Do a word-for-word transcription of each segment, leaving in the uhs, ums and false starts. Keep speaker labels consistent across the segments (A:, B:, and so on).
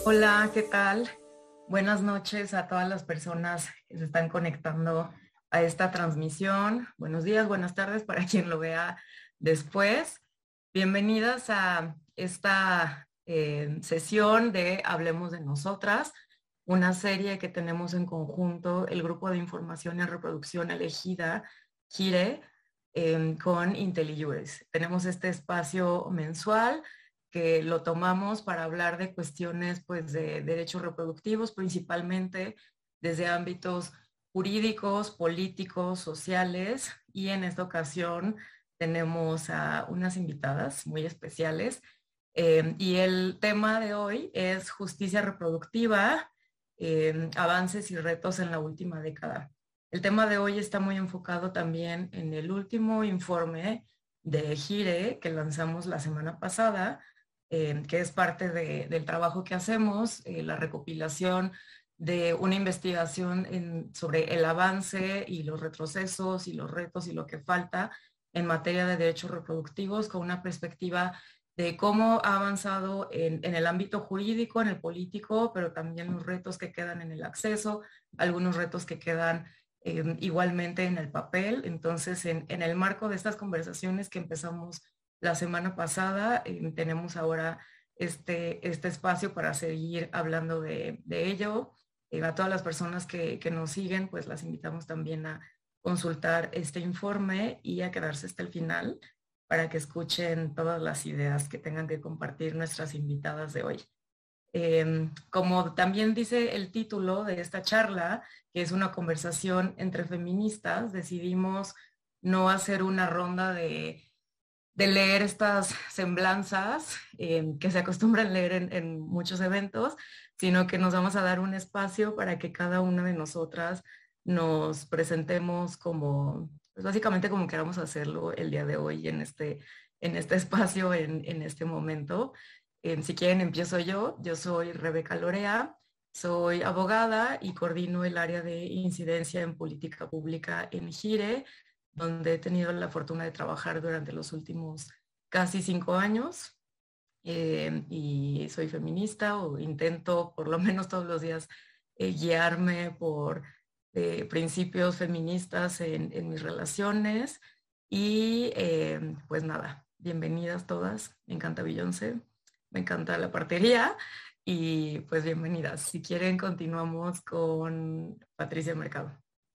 A: Hola, ¿qué tal? Buenas noches a todas las personas que se están conectando a esta transmisión. Buenos días, buenas tardes para quien lo vea después. Bienvenidas a esta eh, sesión de Hablemos de Nosotras, una serie que tenemos en conjunto el Grupo de Información en Reproducción Elegida, GIRE, eh, con IntelliJuris. Tenemos este espacio mensual que lo tomamos para hablar de cuestiones pues, de derechos reproductivos, principalmente desde ámbitos jurídicos, políticos, sociales, y en esta ocasión tenemos a unas invitadas muy especiales. Eh, y el tema de hoy es justicia reproductiva, eh, avances y retos en la última década. El tema de hoy está muy enfocado también en el último informe de GIRE que lanzamos la semana pasada, eh, que es parte de, del trabajo que hacemos, eh, la recopilación de una investigación en, sobre el avance y los retrocesos y los retos y lo que falta en materia de derechos reproductivos con una perspectiva de cómo ha avanzado en, en el ámbito jurídico, en el político, pero también los retos que quedan en el acceso, algunos retos que quedan eh, igualmente en el papel. Entonces, en, en el marco de estas conversaciones que empezamos la semana pasada, eh, tenemos ahora este, este espacio para seguir hablando de, de ello. Eh, a todas las personas que, que nos siguen, pues las invitamos también a consultar este informe y a quedarse hasta el final para que escuchen todas las ideas que tengan que compartir nuestras invitadas de hoy. Eh, como también dice el título de esta charla, que es una conversación entre feministas, decidimos no hacer una ronda de de leer estas semblanzas eh, que se acostumbran leer en, en muchos eventos, sino que nos vamos a dar un espacio para que cada una de nosotras nos presentemos como, pues básicamente como queramos hacerlo el día de hoy en este, en este espacio, en, en este momento. Eh, si quieren, empiezo yo. Yo soy Rebeca Lorea, soy abogada y coordino el área de incidencia en política pública en GIRE, donde he tenido la fortuna de trabajar durante los últimos casi cinco años. Eh, y soy feminista o intento por lo menos todos los días eh, guiarme por eh, principios feministas en, en, mis relaciones. Y eh, pues nada, bienvenidas todas. Me encanta Beyoncé, me encanta la partería y pues bienvenidas. Si quieren, continuamos con Patricia Mercado.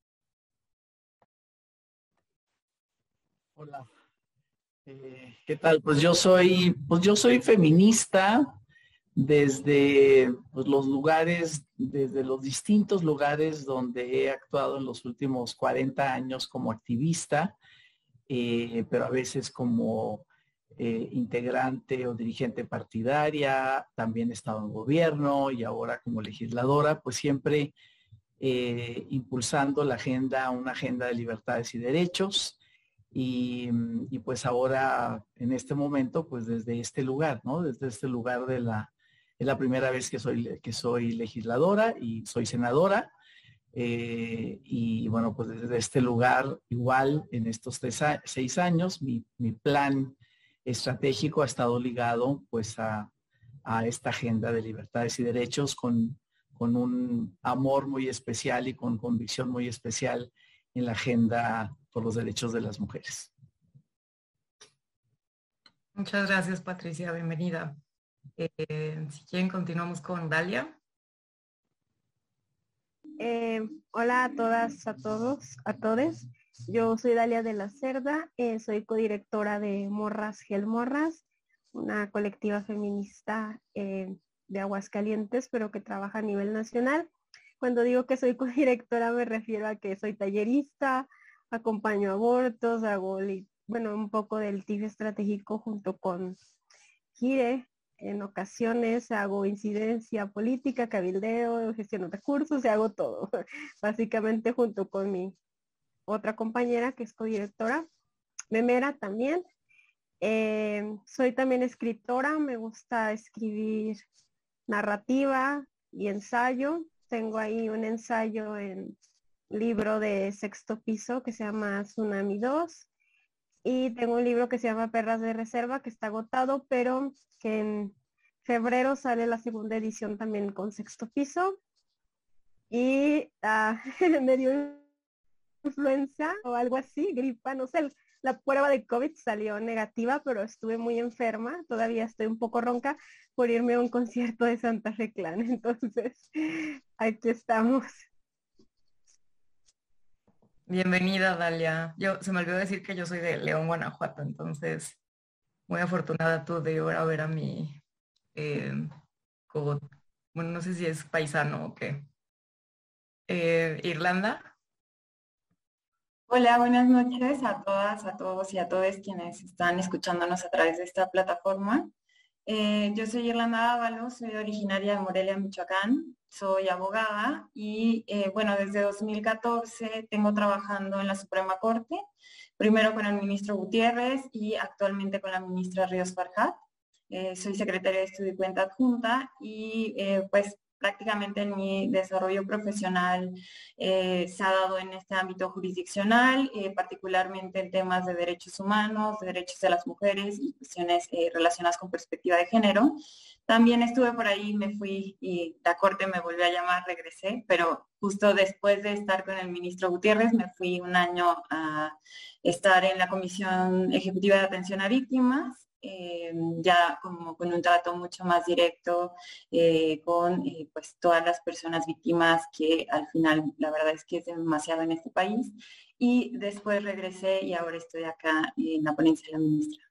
B: Hola, eh, ¿qué tal? Pues yo soy, pues yo soy feminista desde pues, los lugares, desde los distintos lugares donde he actuado en los últimos cuarenta años como activista, eh, pero a veces como eh, integrante o dirigente partidaria, también he estado en gobierno y ahora como legisladora, pues siempre eh, impulsando la agenda, una agenda de libertades y derechos. Y, y, pues ahora, en este momento, pues desde este lugar, ¿no? Desde este lugar de la, es la primera vez que soy, que soy legisladora y soy senadora. Eh, y bueno, pues desde este lugar, igual en estos tres, seis años, mi, mi plan estratégico ha estado ligado pues a, a esta agenda de libertades y derechos con, con un amor muy especial y con convicción muy especial en la agenda por los derechos de las mujeres.
A: Muchas gracias, Patricia. Bienvenida. Eh, si quieren, continuamos con Dalia.
C: Eh, hola a todas, a todos, a todes. Yo soy Dalia de la Cerda, eh, soy codirectora de Morras Gel Morras, una colectiva feminista eh, de Aguascalientes, pero que trabaja a nivel nacional. Cuando digo que soy codirectora me refiero a que soy tallerista, acompaño abortos, hago, bueno, un poco del T I F estratégico junto con GIRE. En ocasiones hago incidencia política, cabildeo, gestiono recursos y hago todo, básicamente junto con mi otra compañera que es codirectora, Memera también. Eh, soy también escritora, me gusta escribir narrativa y ensayo. Tengo ahí un ensayo en libro de sexto piso que se llama Tsunami dos. Y tengo un libro que se llama Perras de Reserva, que está agotado, pero que en febrero sale la segunda edición también con Sexto Piso. Y uh, me dio influenza o algo así, gripa, no sé, la prueba de COVID salió negativa, pero estuve muy enferma, todavía estoy un poco ronca por irme a un concierto de Santa Fe Clan, entonces aquí estamos.
A: Bienvenida, Dalia. Yo se me olvidó decir que yo soy de León, Guanajuato, entonces muy afortunada tú de ir a ver a mi, eh, co- bueno, no sé si es paisano o qué, eh, Irlanda.
D: Hola, buenas noches a todas, a todos y a todos quienes están escuchándonos a través de esta plataforma. Eh, yo soy Irlanda Ábalos, soy originaria de Morelia, Michoacán, soy abogada y eh, bueno, desde dos mil catorce tengo trabajando en la Suprema Corte, primero con el ministro Gutiérrez y actualmente con la ministra Ríos Farjat. Eh, soy secretaria de Estudio y Cuenta Adjunta y eh, pues prácticamente en mi desarrollo profesional eh, se ha dado en este ámbito jurisdiccional, eh, particularmente en temas de derechos humanos, de derechos de las mujeres y cuestiones eh, relacionadas con perspectiva de género. También estuve por ahí, me fui y la Corte me volvió a llamar, regresé, pero justo después de estar con el ministro Gutiérrez me fui un año a estar en la Comisión Ejecutiva de Atención a Víctimas, eh, ya como con un trato mucho más directo eh, con eh, pues todas las personas víctimas, que al final la verdad es que es demasiado en este país. Y después regresé y ahora estoy acá en la ponencia de la ministra.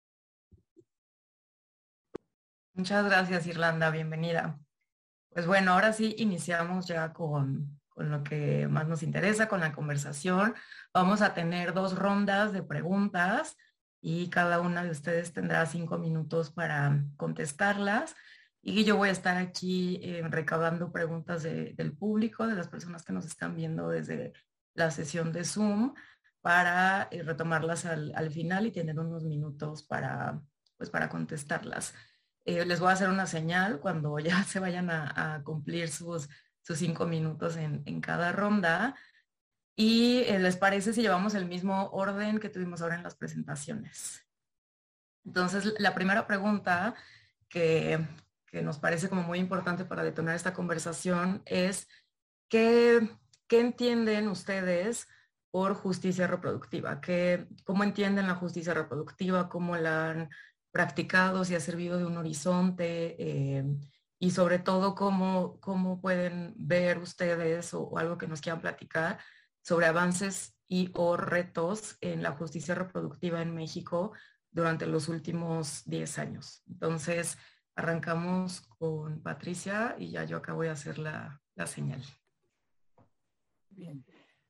A: Muchas gracias, Irlanda, bienvenida. Pues bueno, ahora sí iniciamos ya con, con lo que más nos interesa, con la conversación. Vamos a tener dos rondas de preguntas y cada una de ustedes tendrá cinco minutos para contestarlas. Y yo voy a estar aquí eh, recaudando preguntas de, del público, de las personas que nos están viendo desde la sesión de Zoom, para eh, retomarlas al, al final y tener unos minutos para, pues, para contestarlas. Eh, les voy a hacer una señal cuando ya se vayan a, a cumplir sus, sus cinco minutos en, en cada ronda. ¿Y eh, les parece si llevamos el mismo orden que tuvimos ahora en las presentaciones? Entonces, la primera pregunta que, que nos parece como muy importante para detonar esta conversación es ¿qué, qué entienden ustedes por justicia reproductiva? ¿Qué, ¿Cómo entienden la justicia reproductiva? ¿Cómo la han practicado? ¿Si ha servido de un horizonte? Eh, y sobre todo, ¿cómo, cómo pueden ver ustedes o, o algo que nos quieran platicar sobre avances y o retos en la justicia reproductiva en México durante los últimos diez años? Entonces, arrancamos con Patricia y ya yo acá voy a hacer la, la señal.
B: Bien.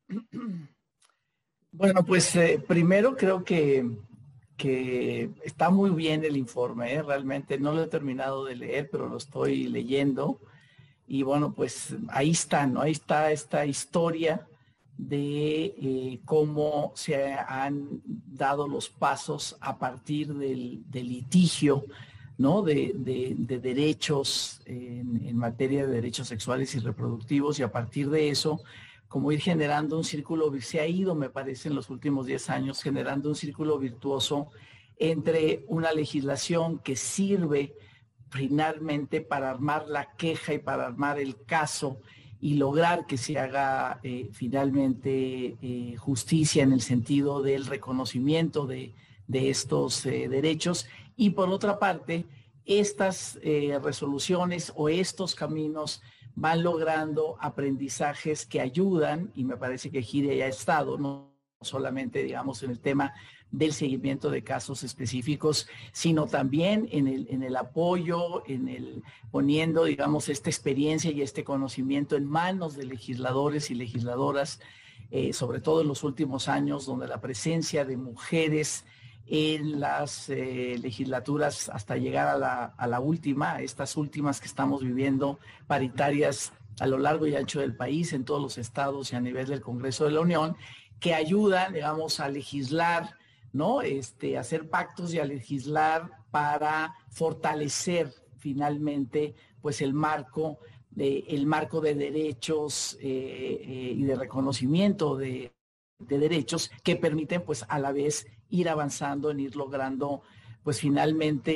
B: Bueno, pues eh, primero creo que, que está muy bien el informe, ¿eh? Realmente no lo he terminado de leer, pero lo estoy leyendo. Y bueno, pues ahí está, ¿no? Ahí está esta historia de eh, cómo se han dado los pasos a partir del, del litigio, ¿no? De, de, de derechos en, en materia de derechos sexuales y reproductivos, y a partir de eso, como ir generando un círculo, se ha ido, me parece, en los últimos diez años, generando un círculo virtuoso entre una legislación que sirve finalmente para armar la queja y para armar el caso y lograr que se haga eh, finalmente eh, justicia en el sentido del reconocimiento de, de estos eh, derechos. Y por otra parte, estas eh, resoluciones o estos caminos van logrando aprendizajes que ayudan, y me parece que Gide ya ha estado, no solamente, digamos, en el tema del seguimiento de casos específicos, sino también en el, en el apoyo, en el poniendo, digamos, esta experiencia y este conocimiento en manos de legisladores y legisladoras, eh, sobre todo en los últimos años, donde la presencia de mujeres en las eh, legislaturas hasta llegar a la, a la última, a estas últimas que estamos viviendo, paritarias a lo largo y ancho del país, en todos los estados y a nivel del Congreso de la Unión, que ayudan, digamos, a legislar, ¿no? Este, hacer pactos y a legislar para fortalecer finalmente, pues, el marco de, el marco de derechos eh, eh, y de reconocimiento de, de derechos que permiten, pues, a la vez ir avanzando en ir logrando, pues, finalmente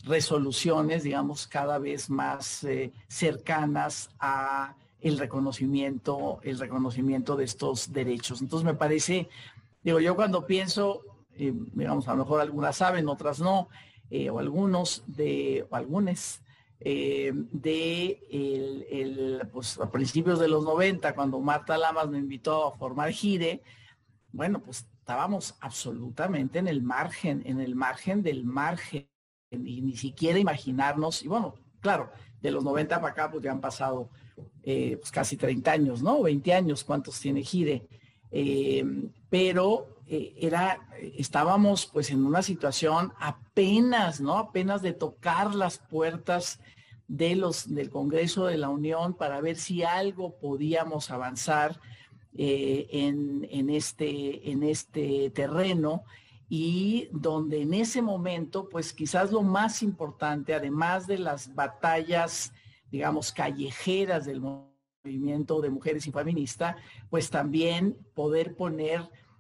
B: resoluciones, digamos, cada vez más eh, cercanas a el reconocimiento, el reconocimiento de estos derechos. Entonces me parece, digo, yo cuando pienso, eh, digamos, a lo mejor algunas saben, otras no, eh, o algunos de, o algunas, eh, de el, el, pues, a principios de los noventa, cuando Marta Lamas me invitó a formar Gire, bueno, pues estábamos absolutamente en el margen, en el margen del margen, y ni siquiera imaginarnos, y bueno, claro, de los noventa para acá, pues ya han pasado eh, pues casi treinta años, ¿no? veinte años, ¿cuántos tiene Gire? Eh, pero eh, era, estábamos pues en una situación apenas, ¿no? Apenas de tocar las puertas de los, del Congreso de la Unión para ver si algo podíamos avanzar eh, en, en, este, en este terreno, y donde en ese momento, pues quizás lo más importante, además de las batallas, digamos, callejeras del movimiento de mujeres y feminista, pues también poder poner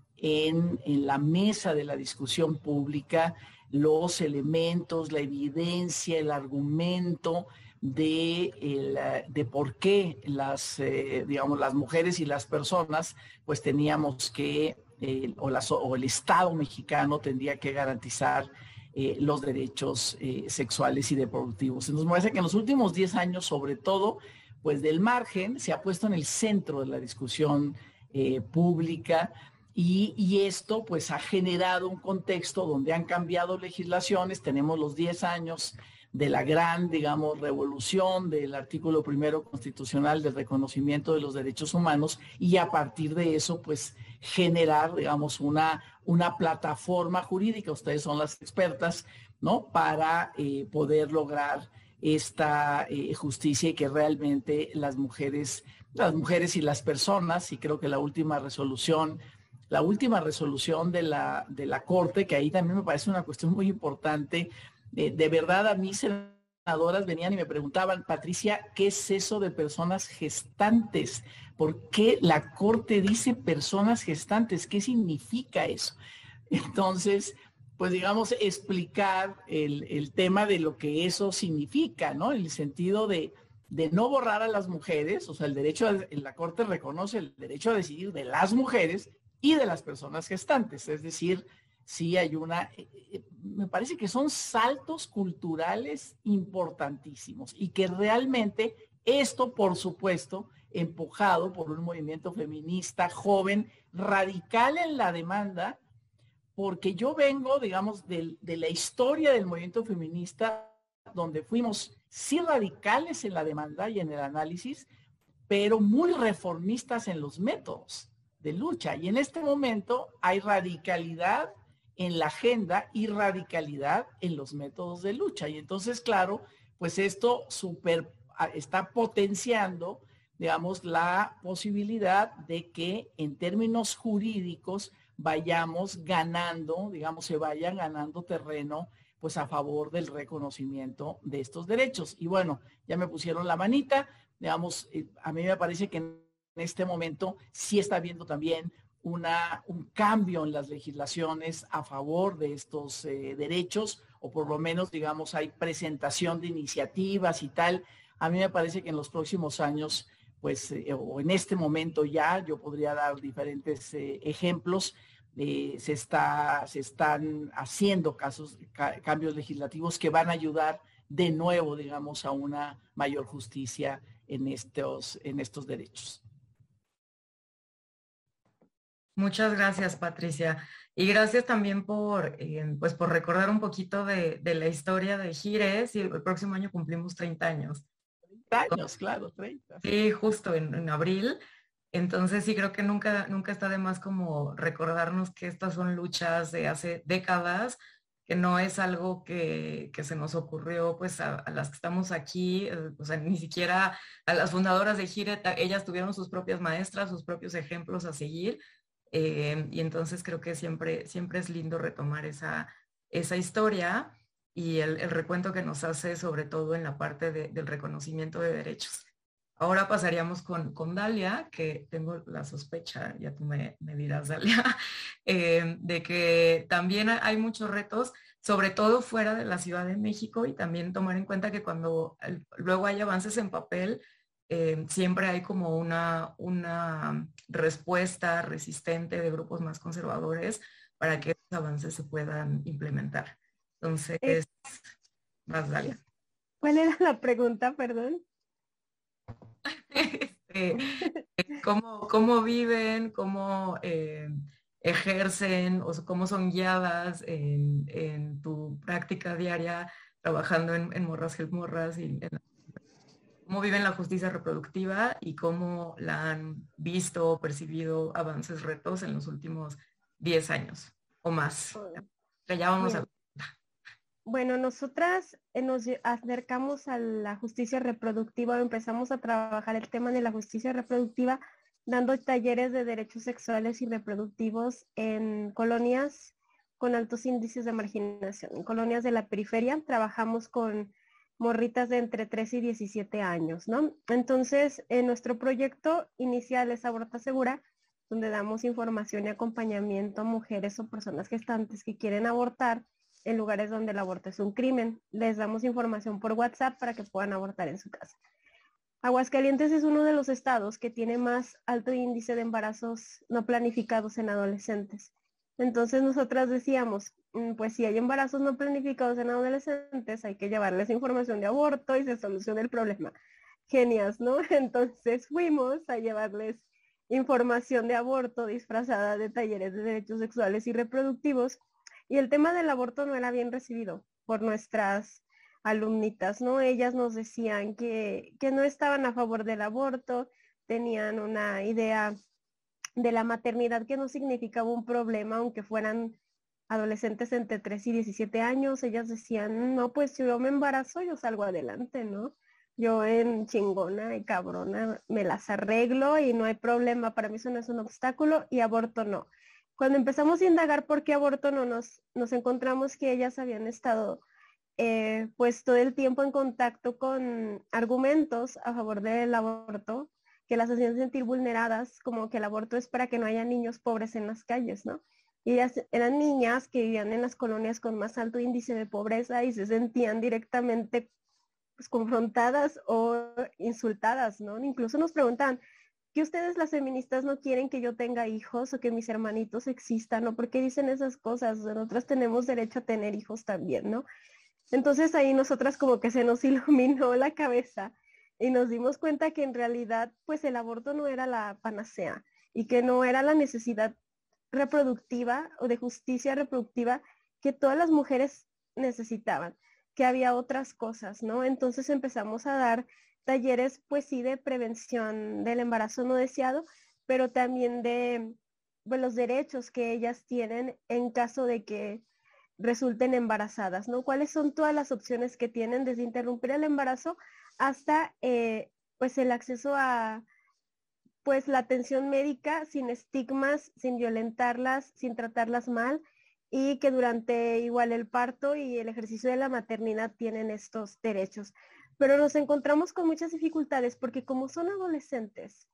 B: en, en la mesa de la discusión pública los elementos, la evidencia, el argumento de, el, de por qué las, eh, digamos, las mujeres y las personas, pues teníamos que, eh, o, las, o el Estado mexicano tendría que garantizar eh, los derechos eh, sexuales y reproductivos. Entonces me parece que en los últimos diez años, sobre todo, pues del margen se ha puesto en el centro de la discusión eh, pública, y, y esto pues ha generado un contexto donde han cambiado legislaciones. Tenemos los diez años de la gran, digamos, revolución del artículo primero constitucional del reconocimiento de los derechos humanos, y a partir de eso, pues, generar, digamos, una, una plataforma jurídica, ustedes son las expertas, ¿no?, para eh, poder lograr esta eh, justicia, y que realmente las mujeres, las mujeres y las personas, y creo que la última resolución, la última resolución de la, de la Corte, que ahí también me parece una cuestión muy importante. De, de verdad, a mí senadoras venían y me preguntaban, Patricia, ¿qué es eso de personas gestantes? ¿Por qué la Corte dice personas gestantes? ¿Qué significa eso? Entonces, pues digamos, explicar el, el tema de lo que eso significa, ¿no? En el sentido de, de no borrar a las mujeres, o sea, el derecho, a, la Corte reconoce el derecho a decidir de las mujeres y de las personas gestantes, es decir, sí hay una, eh, me parece que son saltos culturales importantísimos, y que realmente esto, por supuesto, empujado por un movimiento feminista joven, radical en la demanda, porque yo vengo, digamos, de, de la historia del movimiento feminista, donde fuimos sí radicales en la demanda y en el análisis, pero muy reformistas en los métodos de lucha. Y en este momento hay radicalidad en la agenda y radicalidad en los métodos de lucha. Y entonces, claro, pues esto super, está potenciando, digamos, la posibilidad de que en términos jurídicos vayamos ganando, digamos, se vayan ganando terreno, pues a favor del reconocimiento de estos derechos. Y bueno, ya me pusieron la manita, digamos, eh, a mí me parece que en este momento sí está habiendo también Una, un cambio en las legislaciones a favor de estos eh, derechos, o por lo menos, digamos, hay presentación de iniciativas y tal. A mí me parece que en los próximos años, pues, eh, o en este momento ya, yo podría dar diferentes eh, ejemplos, eh, se, está, se están haciendo casos, ca cambios legislativos que van a ayudar de nuevo, digamos, a una mayor justicia en estos, en estos derechos.
A: Muchas gracias, Patricia. Y gracias también por, eh, pues por recordar un poquito de, de la historia de Gires. Y el, el próximo año cumplimos treinta años.
B: treinta años, claro, treinta.
A: Sí, justo en, en abril. Entonces sí creo que nunca, nunca está de más como recordarnos que estas son luchas de hace décadas, que no es algo que, que se nos ocurrió pues a, a las que estamos aquí, eh, o sea, ni siquiera a las fundadoras de Gire, ellas tuvieron sus propias maestras, sus propios ejemplos a seguir. Eh, y entonces creo que siempre, siempre es lindo retomar esa, esa historia y el, el recuento que nos hace, sobre todo en la parte de, del reconocimiento de derechos. Ahora pasaríamos con, con Dalia, que tengo la sospecha, ya tú me, me dirás, Dalia, eh, de que también hay muchos retos, sobre todo fuera de la Ciudad de México, y también tomar en cuenta que cuando el, luego hay avances en papel, eh, siempre hay como una, una respuesta resistente de grupos más conservadores para que esos avances se puedan implementar. Entonces,
C: Eh,
A: más Dalia.
C: ¿Cuál era la pregunta, perdón?
A: Este, cómo, cómo viven, cómo eh, ejercen o cómo son guiadas en, en tu práctica diaria trabajando en, en Morras Help Morras y en, cómo viven la justicia reproductiva y cómo la han visto o percibido avances, retos en los últimos diez años o más. Que ya vamos a...
C: Bien. Bueno, nosotras eh, nos acercamos a la justicia reproductiva, empezamos a trabajar el tema de la justicia reproductiva dando talleres de derechos sexuales y reproductivos en colonias con altos índices de marginación. En colonias de la periferia trabajamos con morritas de entre trece y diecisiete años, ¿no? Entonces, en nuestro proyecto inicial es Aborta Segura, donde damos información y acompañamiento a mujeres o personas gestantes que quieren abortar en lugares donde el aborto es un crimen. Les damos información por WhatsApp para que puedan abortar en su casa. Aguascalientes es uno de los estados que tiene más alto índice de embarazos no planificados en adolescentes. Entonces nosotras decíamos, pues si hay embarazos no planificados en adolescentes, hay que llevarles información de aborto y se soluciona el problema. Genias, ¿no? Entonces fuimos a llevarles información de aborto disfrazada de talleres de derechos sexuales y reproductivos. Y el tema del aborto no era bien recibido por nuestras alumnitas, ¿no? Ellas nos decían que, que no estaban a favor del aborto, tenían una idea de la maternidad que no significaba un problema, aunque fueran adolescentes entre tres y diecisiete años. Ellas decían, no, pues si yo me embarazo, yo salgo adelante, ¿no? Yo en chingona y cabrona me las arreglo y no hay problema, para mí eso no es un obstáculo y aborto no. Cuando empezamos a indagar por qué aborto no, nos, nos encontramos que ellas habían estado eh, pues todo el tiempo en contacto con argumentos a favor del aborto que las hacían sentir vulneradas, como que el aborto es para que no haya niños pobres en las calles, ¿no? Y ellas eran niñas que vivían en las colonias con más alto índice de pobreza y se sentían directamente pues, confrontadas o insultadas, ¿no? Incluso nos preguntaban, que ustedes las feministas no quieren que yo tenga hijos o que mis hermanitos existan, ¿no? ¿Por qué dicen esas cosas? Nosotras tenemos derecho a tener hijos también, ¿no? Entonces ahí nosotras como que se nos iluminó la cabeza y nos dimos cuenta que en realidad pues el aborto no era la panacea y que no era la necesidad reproductiva o de justicia reproductiva que todas las mujeres necesitaban, que había otras cosas, ¿no? Entonces empezamos a dar talleres, pues sí, de prevención del embarazo no deseado, pero también de pues, los derechos que ellas tienen en caso de que resulten embarazadas, ¿no? ¿Cuáles son todas las opciones que tienen desde interrumpir el embarazo hasta eh, pues el acceso a pues la atención médica sin estigmas, sin violentarlas, sin tratarlas mal y que durante igual el parto y el ejercicio de la maternidad tienen estos derechos. Pero nos encontramos con muchas dificultades porque como son adolescentes,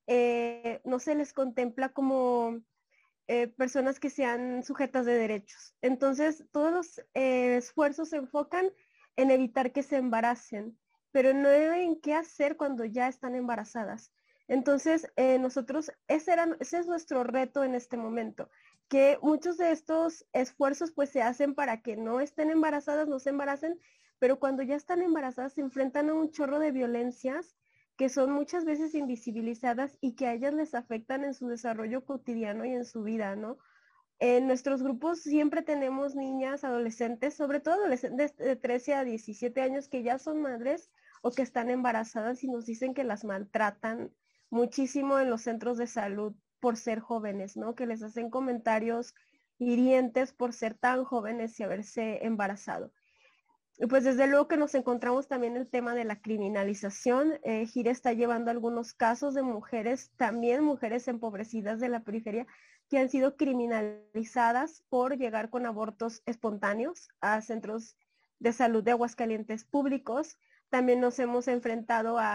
C: eh, no se les contempla como eh, personas que sean sujetas de derechos. Entonces, todos los eh, esfuerzos se enfocan en evitar que se embaracen, pero no en qué hacer cuando ya están embarazadas. Entonces, eh, nosotros, ese, era, ese es nuestro reto en este momento, que muchos de estos esfuerzos pues se hacen para que no estén embarazadas, no se embaracen, pero cuando ya están embarazadas se enfrentan a un chorro de violencias que son muchas veces invisibilizadas y que a ellas les afectan en su desarrollo cotidiano y en su vida, ¿no? En nuestros grupos siempre tenemos niñas, adolescentes, sobre todo adolescentes de trece a diecisiete años que ya son madres o que están embarazadas y nos dicen que las maltratan muchísimo en los centros de salud por ser jóvenes, ¿no? Que les hacen comentarios hirientes por ser tan jóvenes y haberse embarazado. Y pues desde luego que nos encontramos también el tema de la criminalización. Eh, Gire está llevando algunos casos de mujeres, también mujeres empobrecidas de la periferia, que han sido criminalizadas por llegar con abortos espontáneos a centros de salud de Aguascalientes públicos. También nos hemos enfrentado a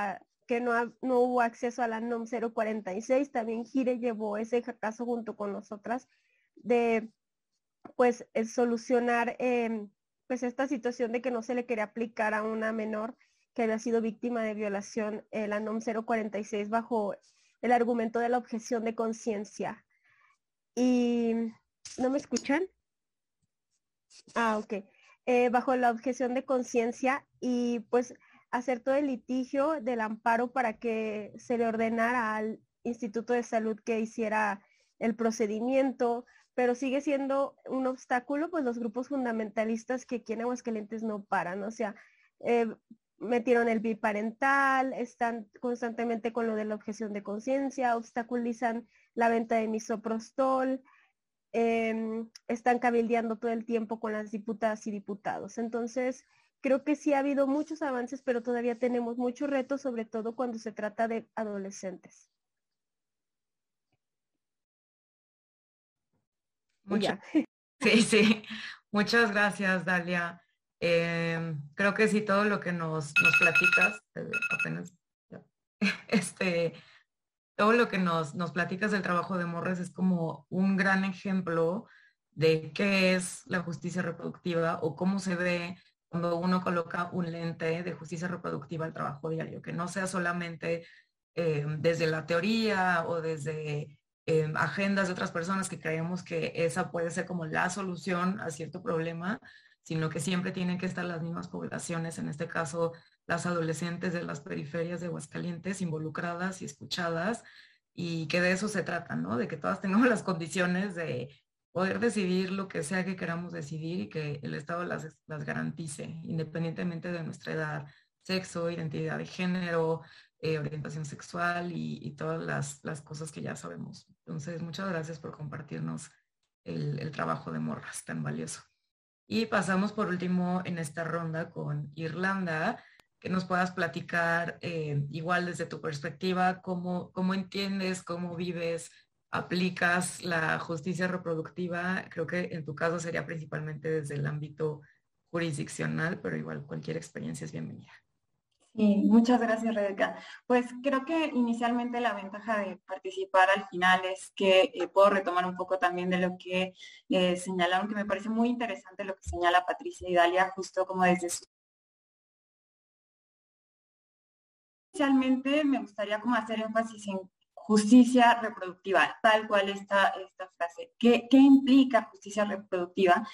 C: que no, ha, no hubo acceso a la N O M cero cuarenta y seis. También Gire llevó ese caso junto con nosotras de pues solucionar eh, pues esta situación de que no se le quería aplicar a una menor que había sido víctima de violación eh, la N O M cero cuarenta y seis bajo el argumento de la objeción de conciencia. Y ¿no me escuchan? Ah, ok. Eh, bajo la objeción de conciencia y pues hacer todo el litigio del amparo para que se le ordenara al Instituto de Salud que hiciera el procedimiento, pero sigue siendo un obstáculo, pues los grupos fundamentalistas que aquí en Aguascalientes no paran, o sea, eh, metieron el biparental, están constantemente con lo de la objeción de conciencia, obstaculizan la venta de misoprostol, eh, están cabildeando todo el tiempo con las diputadas y diputados. Entonces, creo que sí ha habido muchos avances, pero todavía tenemos muchos retos, sobre todo cuando se trata de adolescentes.
A: Muchas, sí, sí. Muchas gracias, Dalia. Eh, creo que sí, todo lo que nos, nos platicas, eh, apenas, este, todo lo que nos, nos platicas del trabajo de Morras es como un gran ejemplo de qué es la justicia reproductiva o cómo se ve cuando uno coloca un lente de justicia reproductiva al trabajo diario, que no sea solamente eh, desde la teoría o desde eh, agendas de otras personas que creemos que esa puede ser como la solución a cierto problema, sino que siempre tienen que estar las mismas poblaciones, en este caso las adolescentes de las periferias de Aguascalientes involucradas y escuchadas, y que de eso se trata, ¿no? De que todas tengamos las condiciones de poder decidir lo que sea que queramos decidir y que el Estado las, las garantice, independientemente de nuestra edad, sexo, identidad de género, eh, orientación sexual y, y todas las, las cosas que ya sabemos. Entonces, muchas gracias por compartirnos el, el trabajo de Morras tan valioso. Y pasamos por último en esta ronda con Irlanda, que nos puedas platicar eh, igual desde tu perspectiva, cómo, cómo entiendes, cómo vives, aplicas la justicia reproductiva. Creo que en tu caso sería principalmente desde el ámbito jurisdiccional, pero igual cualquier experiencia es bienvenida.
D: Sí, muchas gracias, Rebeca. Pues creo que inicialmente la ventaja de participar al final es que eh, puedo retomar un poco también de lo que eh, señalaron, que me parece muy interesante lo que señala Patricia y Dalia, justo como desde su... Inicialmente me gustaría como hacer énfasis en justicia reproductiva, tal cual está esta frase. ¿Qué, qué implica justicia reproductiva?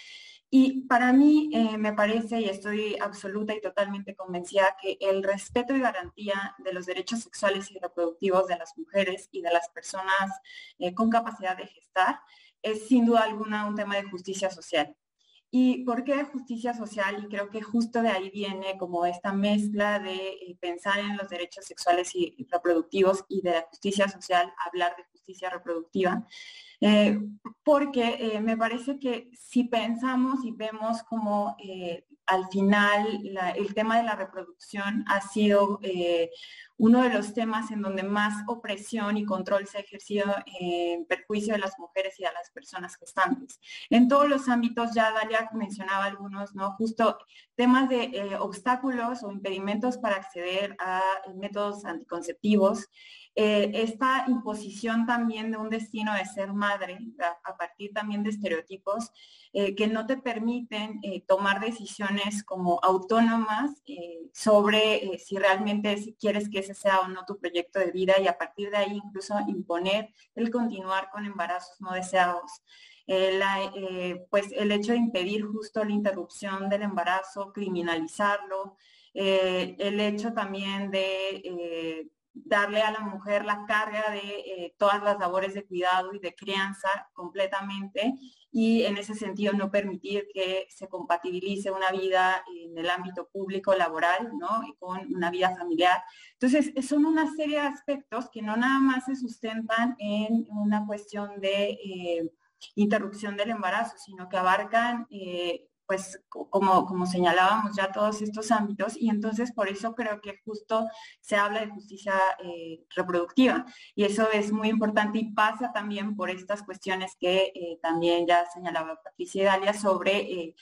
D: Y para mí eh, me parece, y estoy absoluta y totalmente convencida, que el respeto y garantía de los derechos sexuales y reproductivos de las mujeres y de las personas eh, con capacidad de gestar es sin duda alguna un tema de justicia social. ¿Y por qué justicia social? Y creo que justo de ahí viene como esta mezcla de eh, pensar en los derechos sexuales y reproductivos y de la justicia social, hablar de justicia reproductiva. Eh, porque eh, me parece que si pensamos y vemos como eh, al final la, el tema de la reproducción ha sido eh, uno de los temas en donde más opresión y control se ha ejercido en perjuicio de las mujeres y de las personas gestantes. En todos los ámbitos, ya Dalia mencionaba algunos, ¿no? Justo temas de eh, obstáculos o impedimentos para acceder a métodos anticonceptivos, Eh, esta imposición también de un destino de ser madre, a, a partir también de estereotipos eh, que no te permiten eh, tomar decisiones como autónomas eh, sobre eh, si realmente si quieres que ese sea o no tu proyecto de vida, y a partir de ahí incluso imponer el continuar con embarazos no deseados. Eh, la, eh, pues el hecho de impedir justo la interrupción del embarazo, criminalizarlo, eh, el hecho también de eh, darle a la mujer la carga de eh, todas las labores de cuidado y de crianza completamente, y en ese sentido no permitir que se compatibilice una vida en el ámbito público laboral, ¿no? Y con una vida familiar. Entonces, son una serie de aspectos que no nada más se sustentan en una cuestión de eh, interrupción del embarazo, sino que abarcan eh, pues como, como señalábamos ya todos estos ámbitos, y entonces por eso creo que justo se habla de justicia eh, reproductiva, y eso es muy importante y pasa también por estas cuestiones que eh, también ya señalaba Patricia y Dalia sobre eh,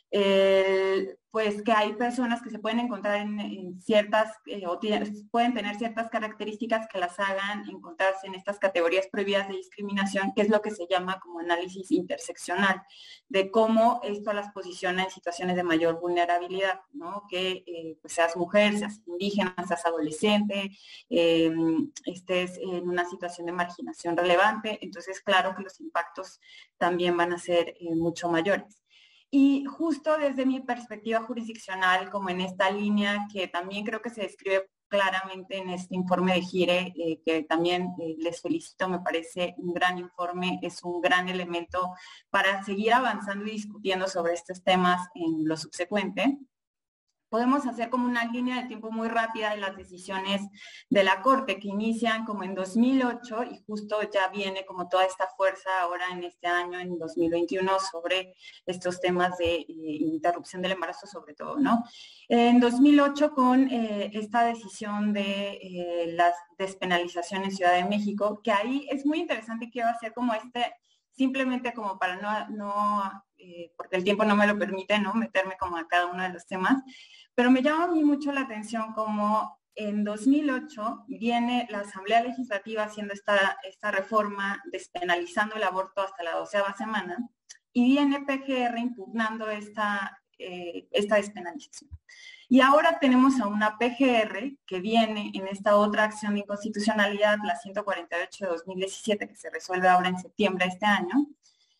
D: El, pues que hay personas que se pueden encontrar en, en ciertas, eh, o tienen, pueden tener ciertas características que las hagan encontrarse en estas categorías prohibidas de discriminación, que es lo que se llama como análisis interseccional, de cómo esto las posiciona en situaciones de mayor vulnerabilidad, ¿no? Que eh, pues seas mujer, seas indígena, seas adolescente, eh, estés en una situación de marginación relevante, entonces claro que los impactos también van a ser eh, mucho mayores. Y justo desde mi perspectiva jurisdiccional, como en esta línea que también creo que se describe claramente en este informe de Gire, eh, que también eh, les felicito, me parece un gran informe, es un gran elemento para seguir avanzando y discutiendo sobre estos temas en lo subsecuente. Podemos hacer como una línea de tiempo muy rápida de las decisiones de la Corte, que inician como en dos mil ocho y justo ya viene como toda esta fuerza ahora en este año, en dos mil veintiuno, sobre estos temas de eh, interrupción del embarazo sobre todo, ¿no? En dos mil ocho con eh, esta decisión de eh, la despenalización en Ciudad de México, que ahí es muy interesante, quiero hacer como este, simplemente como para no, no eh, porque el tiempo no me lo permite, ¿no? Meterme como a cada uno de los temas, pero me llama a mí mucho la atención como en dos mil ocho viene la Asamblea Legislativa haciendo esta, esta reforma despenalizando el aborto hasta la doceava semana y viene P G R impugnando esta, eh, esta despenalización. Y ahora tenemos a una P G R que viene en esta otra acción de inconstitucionalidad, la ciento cuarenta y ocho de dos mil diecisiete, que se resuelve ahora en septiembre de este año,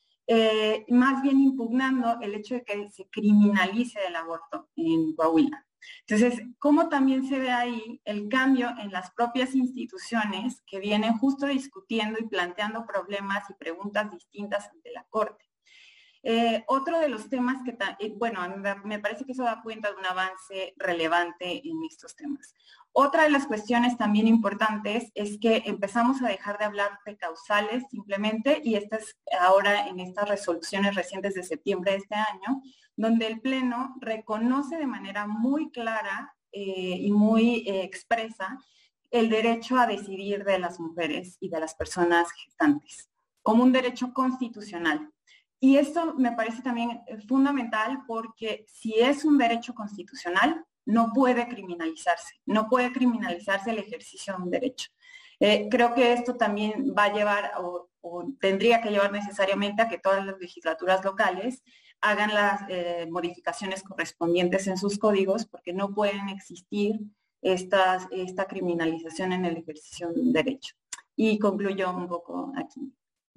D: Eh, más bien impugnando el hecho de que se criminalice el aborto en Coahuila. Entonces, ¿cómo también se ve ahí el cambio en las propias instituciones que vienen justo discutiendo y planteando problemas y preguntas distintas ante la Corte? Eh, otro de los temas que, eh, bueno, a mí me parece que eso da cuenta de un avance relevante en estos temas. Otra de las cuestiones también importantes es que empezamos a dejar de hablar de causales simplemente, y estas ahora en estas resoluciones recientes de septiembre de este año, donde el Pleno reconoce de manera muy clara eh, y muy eh, expresa el derecho a decidir de las mujeres y de las personas gestantes, como un derecho constitucional. Y esto me parece también fundamental porque si es un derecho constitucional, no puede criminalizarse, no puede criminalizarse el ejercicio de un derecho. Eh, creo que esto también va a llevar o, o tendría que llevar necesariamente a que todas las legislaturas locales hagan las eh, modificaciones correspondientes en sus códigos porque no pueden existir estas, esta criminalización en el ejercicio de un derecho. Y concluyo un poco aquí.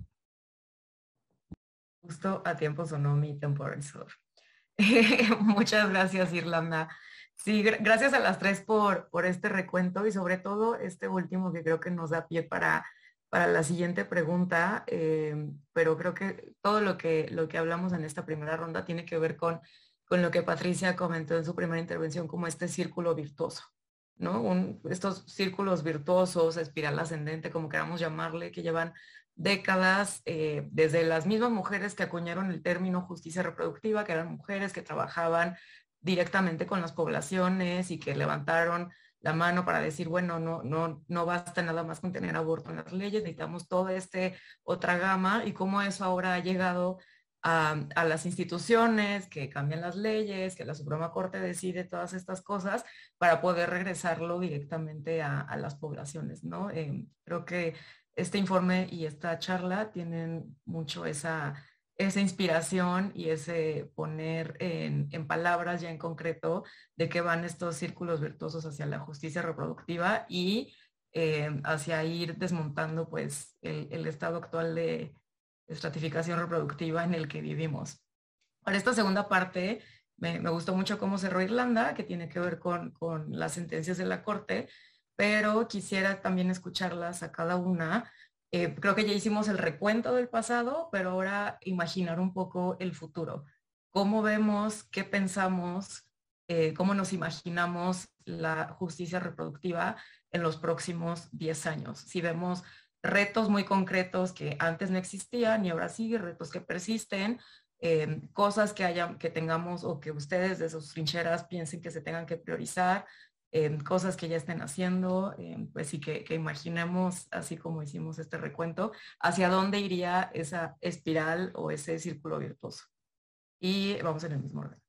A: Justo a tiempo sonó mi temporizador. Muchas gracias, Irlanda. Sí, gr gracias a las tres por, por este recuento y sobre todo este último que creo que nos da pie para, para la siguiente pregunta, eh, pero creo que todo lo que, lo que hablamos en esta primera ronda tiene que ver con, con lo que Patricia comentó en su primera intervención como este círculo virtuoso, ¿no? Un, estos círculos virtuosos, espiral ascendente, como queramos llamarle, que llevan décadas, eh, desde las mismas mujeres que acuñaron el término justicia reproductiva, que eran mujeres que trabajaban directamente con las poblaciones y que levantaron la mano para decir, bueno, no, no, no basta nada más con tener aborto en las leyes, necesitamos toda esta otra gama, y cómo eso ahora ha llegado a, a las instituciones que cambian las leyes, que la Suprema Corte decide todas estas cosas para poder regresarlo directamente a, a las poblaciones, ¿no? Eh, creo que este informe y esta charla tienen mucho esa, esa inspiración y ese poner en, en palabras ya en concreto de qué van estos círculos virtuosos hacia la justicia reproductiva y eh, hacia ir desmontando pues el, el estado actual de estratificación reproductiva en el que vivimos. Para esta segunda parte, me, me gustó mucho cómo cerró Irlanda, que tiene que ver con, con las sentencias de la Corte, pero quisiera también escucharlas a cada una. Eh, creo que ya hicimos el recuento del pasado, pero ahora imaginar un poco el futuro. ¿Cómo vemos, qué pensamos, eh, cómo nos imaginamos la justicia reproductiva en los próximos diez años? Si vemos retos muy concretos que antes no existían y ahora sí, retos que persisten, eh, cosas que, haya, que tengamos o que ustedes de sus trincheras piensen que se tengan que priorizar, Eh, cosas que ya estén haciendo, eh, pues sí que, que imaginemos, así como hicimos este recuento, hacia dónde iría esa espiral o ese círculo virtuoso. y vamos en el mismo orden.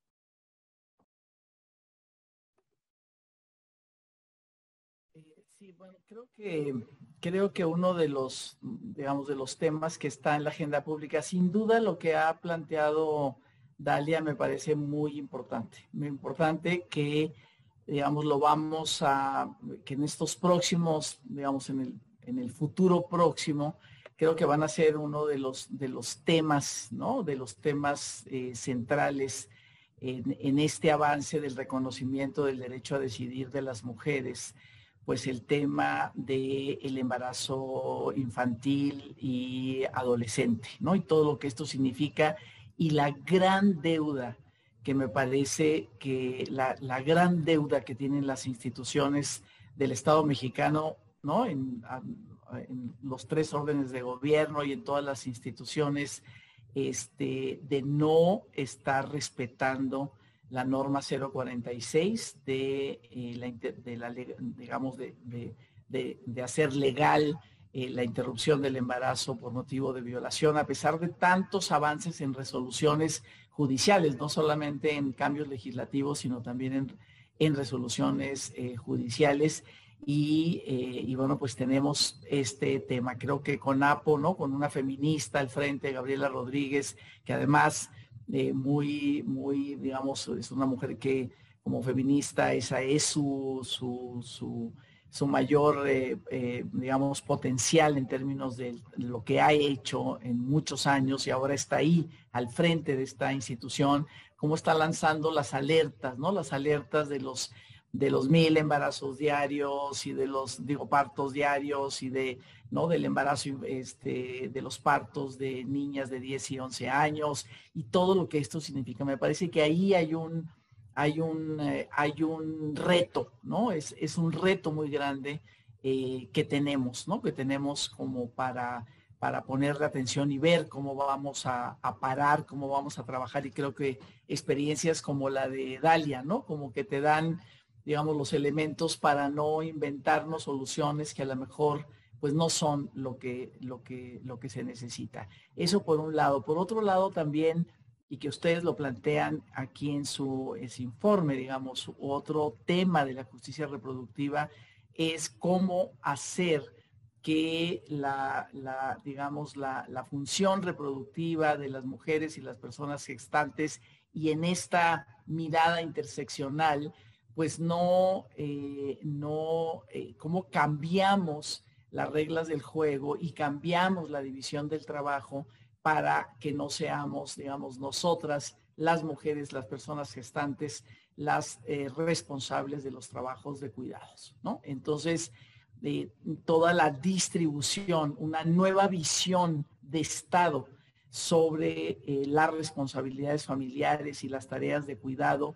B: Sí, bueno, creo que, creo que uno de los, digamos, de los temas que está en la agenda pública, sin duda lo que ha planteado Dalia me parece muy importante. Muy importante que, digamos, lo vamos a, que en estos próximos, digamos, en el, en el futuro próximo, creo que van a ser uno de los, de los temas, ¿no? De los temas eh, centrales en, en este avance del reconocimiento del derecho a decidir de las mujeres, pues el tema del embarazo infantil y adolescente, ¿no? Y todo lo que esto significa y la gran deuda que me parece que la, la gran deuda que tienen las instituciones del Estado mexicano, ¿no? En, en los tres órdenes de gobierno y en todas las instituciones, este, de no estar respetando la norma cero cuarenta y seis de, eh, la, de la, digamos, de, de, de, de hacer legal eh, la interrupción del embarazo por motivo de violación, a pesar de tantos avances en resoluciones judiciales, no solamente en cambios legislativos, sino también en, en resoluciones eh, judiciales. Y, eh, y bueno, pues tenemos este tema, creo que con APO, ¿no? Con una feminista al frente, Gabriela Rodríguez, que además Eh, muy, muy, digamos, es una mujer que como feminista esa es su, su, su, su mayor, eh, eh, digamos, potencial en términos de lo que ha hecho en muchos años y ahora está ahí al frente de esta institución, cómo está lanzando las alertas, ¿no? Las alertas de los de los mil embarazos diarios y de los, digo, partos diarios y de, ¿no? Del embarazo, este, de los partos de niñas de diez y once años y todo lo que esto significa. Me parece que ahí hay un, hay un, eh, hay un reto, ¿no? Es, es un reto muy grande eh, que tenemos, ¿no? Que tenemos como para, para ponerle atención y ver cómo vamos a, a parar, cómo vamos a trabajar. Y creo que experiencias como la de Dalia, ¿no? Como que te dan, digamos, los elementos para no inventarnos soluciones que a lo mejor pues no son lo que, lo que, lo que se necesita. Eso por un lado. Por otro lado también, y que ustedes lo plantean aquí en su, en su informe, digamos, otro tema de la justicia reproductiva es cómo hacer que la, la digamos, la, la función reproductiva de las mujeres y las personas gestantes y en esta mirada interseccional, pues no, eh, no, eh, cómo cambiamos las reglas del juego y cambiamos la división del trabajo para que no seamos, digamos, nosotras, las mujeres, las personas gestantes, las eh, responsables de los trabajos de cuidados, ¿no? Entonces, eh, toda la distribución, una nueva visión de Estado sobre eh, las responsabilidades familiares y las tareas de cuidado,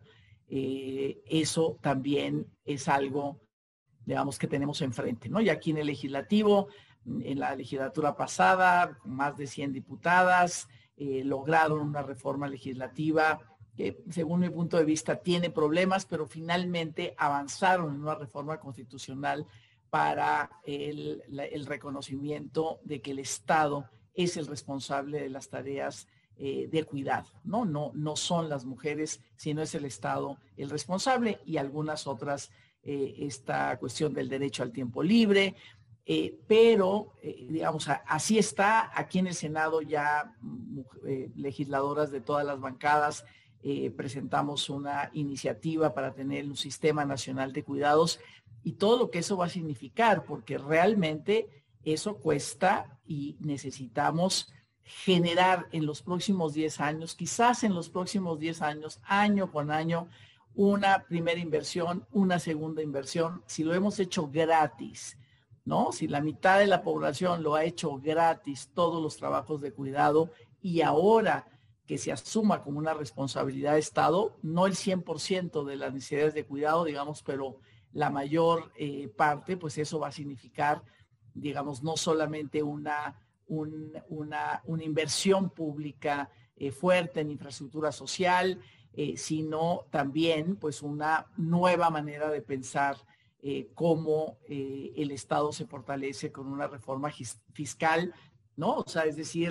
B: eh, eso también es algo, digamos, que tenemos enfrente, ¿no? Y aquí en el legislativo, en la legislatura pasada, más de cien diputadas eh, lograron una reforma legislativa que, según mi punto de vista, tiene problemas, pero finalmente avanzaron en una reforma constitucional para el, la, el reconocimiento de que el Estado es el responsable de las tareas eh, de cuidado, ¿no? No, no son las mujeres, sino es el Estado el responsable y algunas otras, eh, esta cuestión del derecho al tiempo libre, eh, pero, eh, digamos, a, así está. Aquí en el Senado ya eh, legisladoras de todas las bancadas eh, presentamos una iniciativa para tener un sistema nacional de cuidados y todo lo que eso va a significar, porque realmente eso cuesta y necesitamos generar en los próximos diez años, quizás en los próximos diez años, año con año, una primera inversión, una segunda inversión. Si lo hemos hecho gratis, ¿no? Si la mitad de la población lo ha hecho gratis, todos los trabajos de cuidado, y ahora que se asuma como una responsabilidad de Estado, no el cien por ciento de las necesidades de cuidado, digamos, pero la mayor eh, parte, pues eso va a significar, digamos, no solamente una, un, una, una inversión pública eh, fuerte en infraestructura social, eh, sino también pues una nueva manera de pensar eh, cómo eh, el Estado se fortalece con una reforma fiscal, ¿no? O sea, es decir,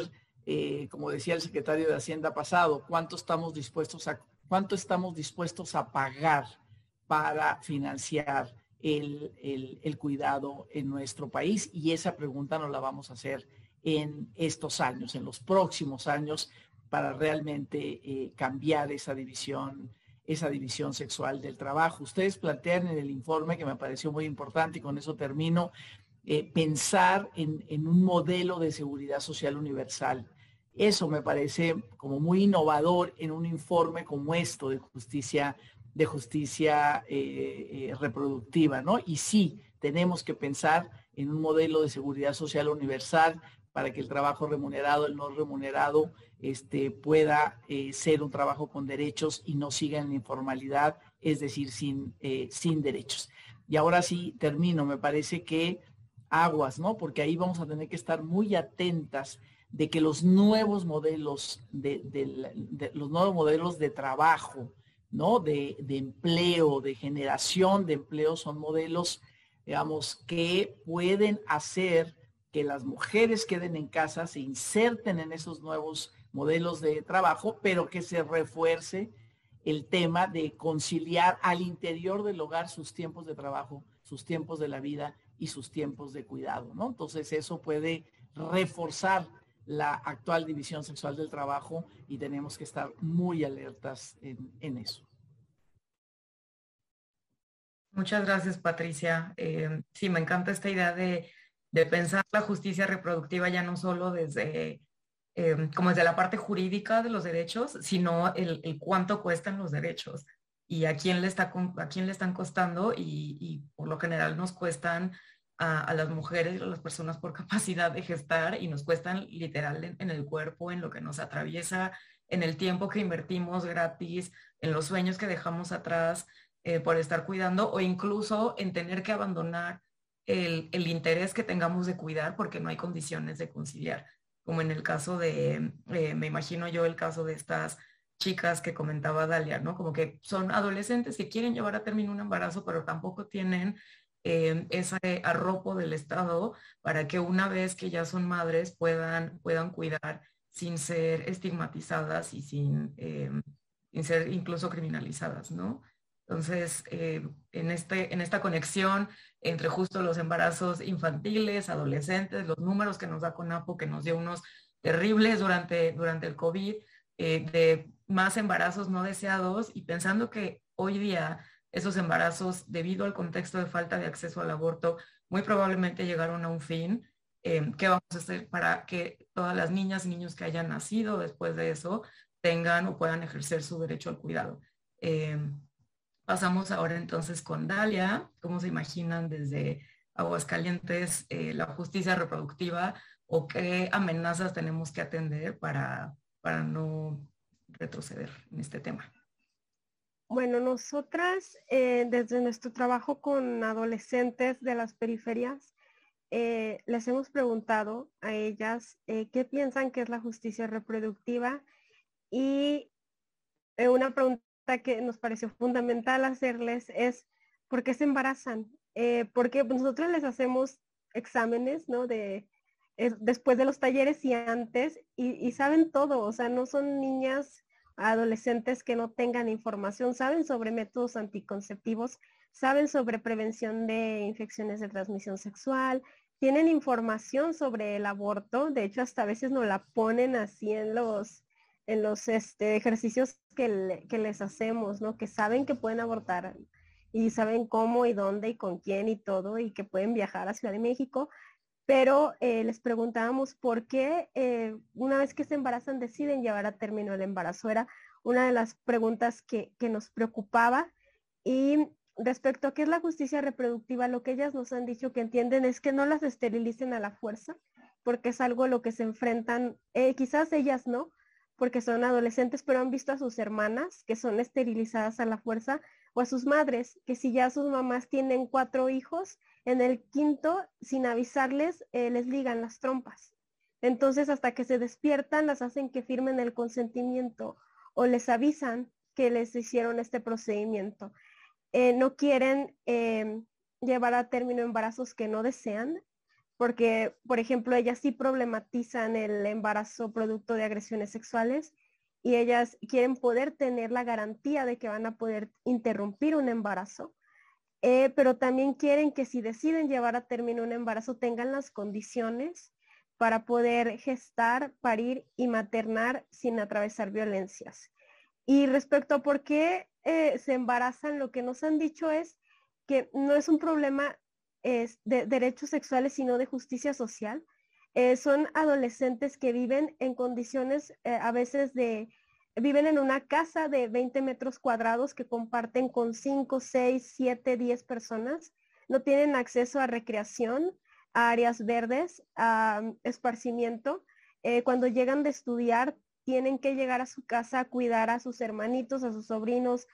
B: eh, como decía el secretario de Hacienda pasado, cuánto estamos dispuestos a, cuánto estamos dispuestos a pagar para financiar el, el, el cuidado en nuestro país, y esa pregunta nos la vamos a hacer en estos años, en los próximos años, para realmente eh, cambiar esa división, esa división sexual del trabajo. Ustedes plantean en el informe, que me pareció muy importante, y con eso termino, eh, pensar en, en un modelo de seguridad social universal. Eso me parece como muy innovador en un informe como esto de justicia, de justicia eh, eh, reproductiva, ¿no? Y sí, tenemos que pensar en un modelo de seguridad social universal para que el trabajo remunerado, el no remunerado, este, pueda eh, ser un trabajo con derechos y no siga en la informalidad, es decir, sin, eh, sin derechos. Y ahora sí, termino, me parece que aguas, ¿no? Porque ahí vamos a tener que estar muy atentas de que los nuevos modelos de, de, de los nuevos modelos de trabajo, ¿no? De, de empleo, de generación de empleo, son modelos, digamos, que pueden hacer que las mujeres queden en casa, se inserten en esos nuevos modelos de trabajo, pero que se refuerce el tema de conciliar al interior del hogar sus tiempos de trabajo, sus tiempos de la vida y sus tiempos de cuidado, ¿no? Entonces eso puede reforzar la actual división sexual del trabajo y tenemos que estar muy alertas en, en eso.
A: Muchas gracias, Patricia. Eh, sí, me encanta esta idea de, de pensar la justicia reproductiva ya no solo desde, eh, como desde la parte jurídica de los derechos, sino el, el cuánto cuestan los derechos y a quién le, está, a quién le están costando, y, y por lo general nos cuestan a, a las mujeres y a las personas por capacidad de gestar, y nos cuestan literal en, en el cuerpo, en lo que nos atraviesa, en el tiempo que invertimos gratis, en los sueños que dejamos atrás eh, por estar cuidando, o incluso en tener que abandonar el, el interés que tengamos de cuidar porque no hay condiciones de conciliar, como en el caso de, eh, me imagino yo el caso de estas chicas que comentaba Dalia, ¿no? Como que son adolescentes que quieren llevar a término un embarazo, pero tampoco tienen eh, ese arropo del Estado para que una vez que ya son madres puedan, puedan cuidar sin ser estigmatizadas y sin, eh, sin ser incluso criminalizadas, ¿no? Entonces, eh, en, este, en esta conexión entre justo los embarazos infantiles, adolescentes, los números que nos da CONAPO, que nos dio unos terribles durante, durante el COVID, eh, de más embarazos no deseados, y pensando que hoy día esos embarazos, debido al contexto de falta de acceso al aborto, muy probablemente llegaron a un fin. Eh, ¿Qué vamos a hacer para que todas las niñas y niños que hayan nacido después de eso tengan o puedan ejercer su derecho al cuidado? Eh, Pasamos ahora entonces con Dalia. ¿Cómo se imaginan desde Aguascalientes eh, la justicia reproductiva, o qué amenazas tenemos que atender para, para no retroceder en este tema?
C: Bueno, nosotras eh, desde nuestro trabajo con adolescentes de las periferias, eh, les hemos preguntado a ellas eh, qué piensan que es la justicia reproductiva, y eh, una pregunta que nos pareció fundamental hacerles es ¿por qué se embarazan? Eh, porque nosotros les hacemos exámenes, ¿no? De, eh, después de los talleres y antes, y, y saben todo, o sea, no son niñas, adolescentes que no tengan información, saben sobre métodos anticonceptivos, saben sobre prevención de infecciones de transmisión sexual, tienen información sobre el aborto, de hecho hasta a veces nos la ponen así en los en los este, ejercicios que, le, que les hacemos, ¿no? Que saben que pueden abortar y saben cómo y dónde y con quién y todo, y que pueden viajar a Ciudad de México, pero eh, les preguntábamos por qué eh, una vez que se embarazan deciden llevar a término el embarazo. Era una de las preguntas que, que nos preocupaba. Y respecto a qué es la justicia reproductiva, lo que ellas nos han dicho que entienden es que no las esterilicen a la fuerza, porque es algo a lo que se enfrentan, eh, quizás ellas no, porque son adolescentes, pero han visto a sus hermanas que son esterilizadas a la fuerza, o a sus madres, que si ya sus mamás tienen cuatro hijos, en el quinto, sin avisarles, eh, les ligan las trompas. Entonces, hasta que se despiertan, las hacen que firmen el consentimiento o les avisan que les hicieron este procedimiento. Eh, no quieren eh, llevar a término embarazos que no desean, porque, por ejemplo, ellas sí problematizan el embarazo producto de agresiones sexuales y ellas quieren poder tener la garantía de que van a poder interrumpir un embarazo, eh, pero también quieren que si deciden llevar a término un embarazo tengan las condiciones para poder gestar, parir y maternar sin atravesar violencias. Y respecto a por qué eh, se embarazan, lo que nos han dicho es que no es un problema es, de derechos sexuales, sino de justicia social. Eh, son adolescentes que viven en condiciones eh, a veces de, viven en una casa de veinte metros cuadrados que comparten con cinco, seis, siete, diez personas. No tienen acceso a recreación, a áreas verdes, a um, esparcimiento. Eh, cuando llegan de estudiar, tienen que llegar a su casa a cuidar a sus hermanitos, a sus sobrinos,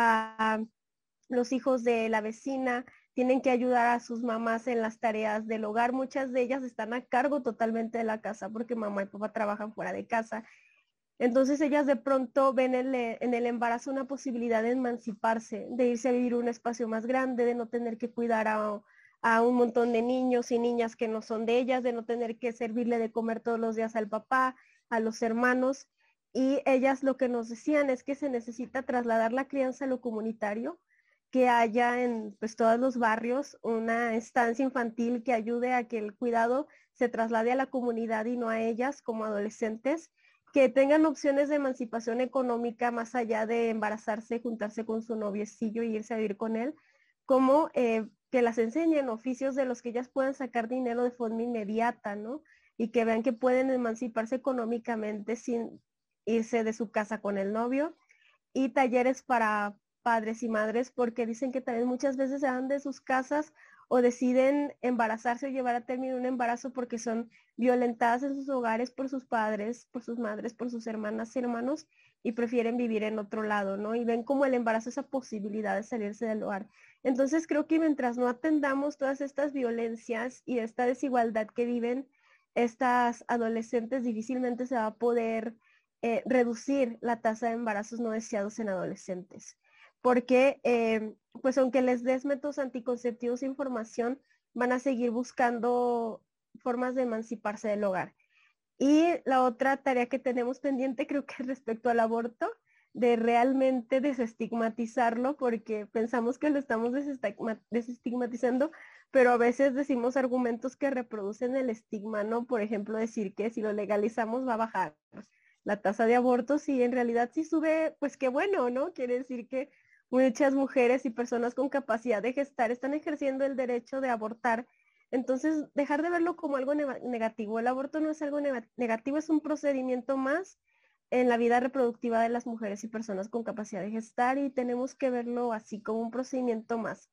C: a, a los hijos de la vecina, tienen que ayudar a sus mamás en las tareas del hogar. Muchas de ellas están a cargo totalmente de la casa porque mamá y papá trabajan fuera de casa. Entonces ellas de pronto ven el, en el embarazo una posibilidad de emanciparse, de irse a vivir un espacio más grande, de no tener que cuidar a, a un montón de niños y niñas que no son de ellas, de no tener que servirle de comer todos los días al papá, a los hermanos. Y ellas lo que nos decían es que se necesita trasladar la crianza a lo comunitario, que haya en pues, todos los barrios una estancia infantil que ayude a que el cuidado se traslade a la comunidad y no a ellas como adolescentes, que tengan opciones de emancipación económica más allá de embarazarse, juntarse con su noviecillo y irse a vivir con él, como eh, que las enseñen oficios de los que ellas puedan sacar dinero de forma inmediata, ¿no? Y que vean que pueden emanciparse económicamente sin irse de su casa con el novio, y talleres para padres y madres, porque dicen que también muchas veces se van de sus casas o deciden embarazarse o llevar a término un embarazo porque son violentadas en sus hogares por sus padres, por sus madres, por sus hermanas y hermanos, y prefieren vivir en otro lado, ¿no? Y ven como el embarazo esa posibilidad de salirse del hogar. Entonces creo que mientras no atendamos todas estas violencias y esta desigualdad que viven estas adolescentes, difícilmente se va a poder eh, reducir la tasa de embarazos no deseados en adolescentes. Porque, eh, pues aunque les des métodos anticonceptivos e información, van a seguir buscando formas de emanciparse del hogar. Y la otra tarea que tenemos pendiente creo que es respecto al aborto, de realmente desestigmatizarlo, porque pensamos que lo estamos desestigmatizando, pero a veces decimos argumentos que reproducen el estigma, ¿no? Por ejemplo, decir que si lo legalizamos va a bajar la tasa de abortos, y en realidad si sube, pues qué bueno, ¿no? Quiere decir que muchas mujeres y personas con capacidad de gestar están ejerciendo el derecho de abortar. Entonces, dejar de verlo como algo ne- negativo. El aborto no es algo ne- negativo, es un procedimiento más en la vida reproductiva de las mujeres y personas con capacidad de gestar, y tenemos que verlo así como un procedimiento más.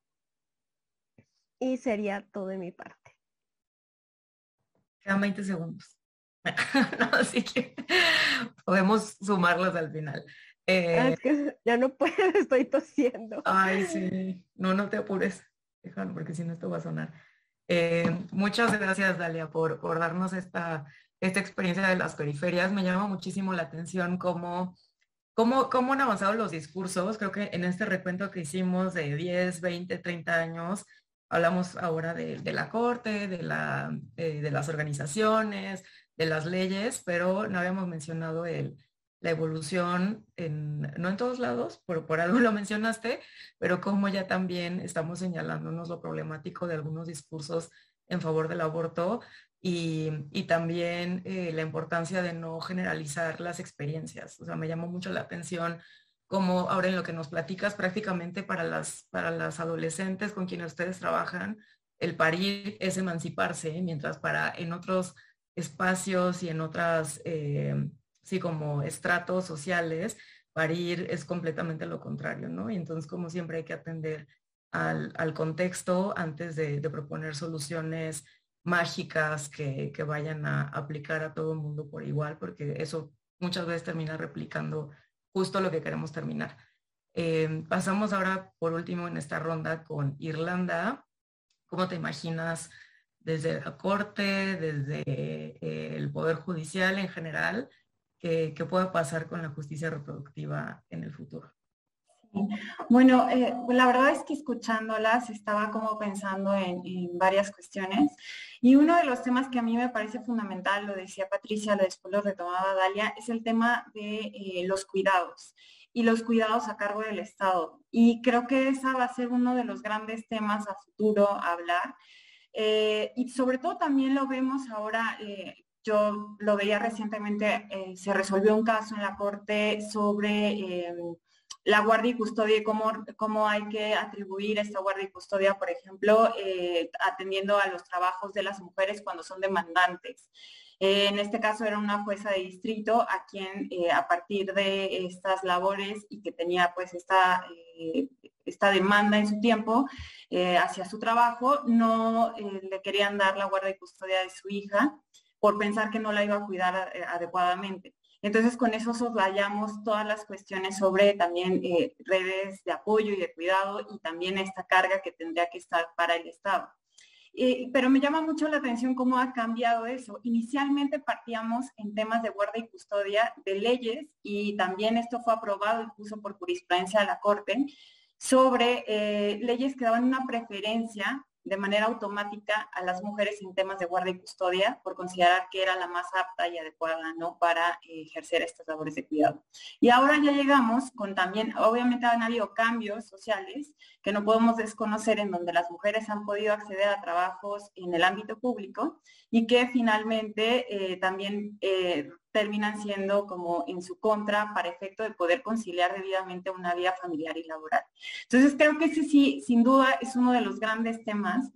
C: Y sería todo de mi parte.
A: Quedan veinte segundos. No, así que podemos sumarlos al final.
C: Ah,
A: Eh,
C: es que ya no puedo, estoy tosiendo.
A: ay, sí. No, no te apures, déjalo, porque si no esto va a sonar. Eh, muchas gracias, Dalia, por, por darnos esta, esta experiencia de las periferias. Me llama muchísimo la atención cómo, cómo, cómo han avanzado los discursos. Creo que en este recuento que hicimos de diez, veinte, treinta años, hablamos ahora de, de la corte, de, la, eh, de las organizaciones, de las leyes, pero no habíamos mencionado el, la evolución, en, no en todos lados, por, por algo lo mencionaste, pero como ya también estamos señalándonos lo problemático de algunos discursos en favor del aborto, y, y también eh, la importancia de no generalizar las experiencias. O sea, me llamó mucho la atención como ahora en lo que nos platicas, prácticamente para las, para las adolescentes con quienes ustedes trabajan, el parir es emanciparse, ¿eh? Mientras para en otros espacios y en otras, eh, sí, como estratos sociales, parir es completamente lo contrario, ¿no? Y entonces, como siempre, hay que atender al, al contexto antes de, de, proponer soluciones mágicas que, que vayan a aplicar a todo el mundo por igual, porque eso muchas veces termina replicando justo lo que queremos terminar. Eh, pasamos ahora, por último, en esta ronda con Irlanda. ¿Cómo te imaginas desde la corte, desde eh, el poder judicial en general, que, que pueda pasar con la justicia reproductiva en el futuro?
D: Bueno, eh, la verdad es que escuchándolas estaba como pensando en, en varias cuestiones y uno de los temas que a mí me parece fundamental, lo decía Patricia, después lo retomaba Dalia, es el tema de eh, los cuidados y los cuidados a cargo del Estado. Y creo que esa va a ser uno de los grandes temas a futuro a hablar. Eh, y sobre todo también lo vemos ahora, eh, yo lo veía recientemente, eh, se resolvió un caso en la Corte sobre... Eh, la guardia y custodia y cómo, cómo hay que atribuir esta guardia y custodia, por ejemplo, eh, atendiendo a los trabajos de las mujeres cuando son demandantes. Eh, en este caso era una jueza de distrito a quien eh, a partir de estas labores y que tenía pues esta, eh, esta demanda en su tiempo eh, hacia su trabajo, no eh, le querían dar la guardia y custodia de su hija por pensar que no la iba a cuidar eh, adecuadamente. Entonces, con eso soslayamos todas las cuestiones sobre también eh, redes de apoyo y de cuidado y también esta carga que tendría que estar para el Estado. Eh, pero me llama mucho la atención cómo ha cambiado eso. Inicialmente partíamos en temas de guardia y custodia de leyes y también esto fue aprobado incluso por jurisprudencia de la Corte sobre eh, leyes que daban una preferencia de manera automática a las mujeres en temas de guardia y custodia por considerar que era la más apta y adecuada, ¿no?, para eh, ejercer estas labores de cuidado. Y ahora ya llegamos con también, obviamente han habido cambios sociales que no podemos desconocer en donde las mujeres han podido acceder a trabajos en el ámbito público y que finalmente eh, también eh, terminan siendo como en su contra para efecto de poder conciliar debidamente una vida familiar y laboral. Entonces creo que ese sí, sin duda, es uno de los grandes temas.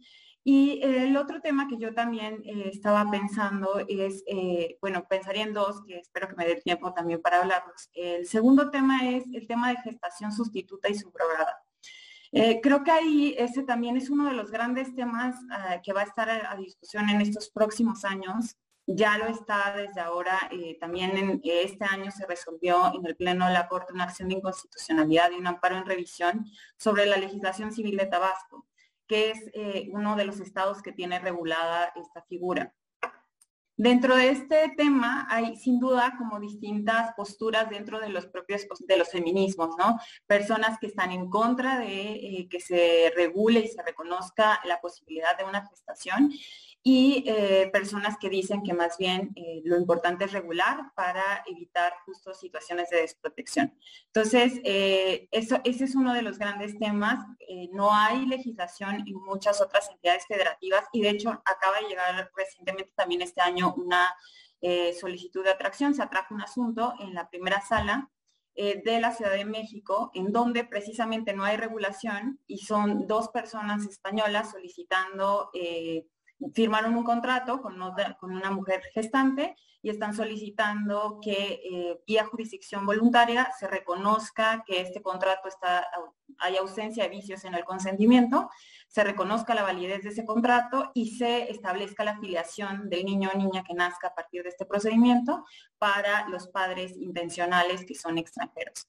D: Y eh, el otro tema que yo también eh, estaba pensando es, eh, bueno, pensaría en dos, que espero que me dé tiempo también para hablarlos. El segundo tema es el tema de gestación sustituta y subrogada. Eh, creo que ahí ese también es uno de los grandes temas uh, que va a estar a, a discusión en estos próximos años. Ya lo está desde ahora, eh, también en este año se resolvió en el Pleno de la Corte una acción de inconstitucionalidad y un amparo en revisión sobre la legislación civil de Tabasco, que es eh, uno de los estados que tiene regulada esta figura. Dentro de este tema hay sin duda como distintas posturas dentro de los propios de los feminismos, ¿no? Personas que están en contra de eh, que se regule y se reconozca la posibilidad de una gestación y eh, personas que dicen que más bien eh, lo importante es regular para evitar justo situaciones de desprotección. Entonces, eh, eso, ese es uno de los grandes temas. Eh, no hay legislación en muchas otras entidades federativas y de hecho acaba de llegar recientemente también este año una eh, solicitud de atracción. Se atrajo un asunto en la primera sala eh, de la Ciudad de México, en donde precisamente no hay regulación y son dos personas españolas solicitando, eh, firmaron un contrato con, otra, con una mujer gestante y están solicitando que eh, vía jurisdicción voluntaria se reconozca que este contrato está, hay ausencia de vicios en el consentimiento, se reconozca la validez de ese contrato y se establezca la filiación del niño o niña que nazca a partir de este procedimiento para los padres intencionales que son extranjeros.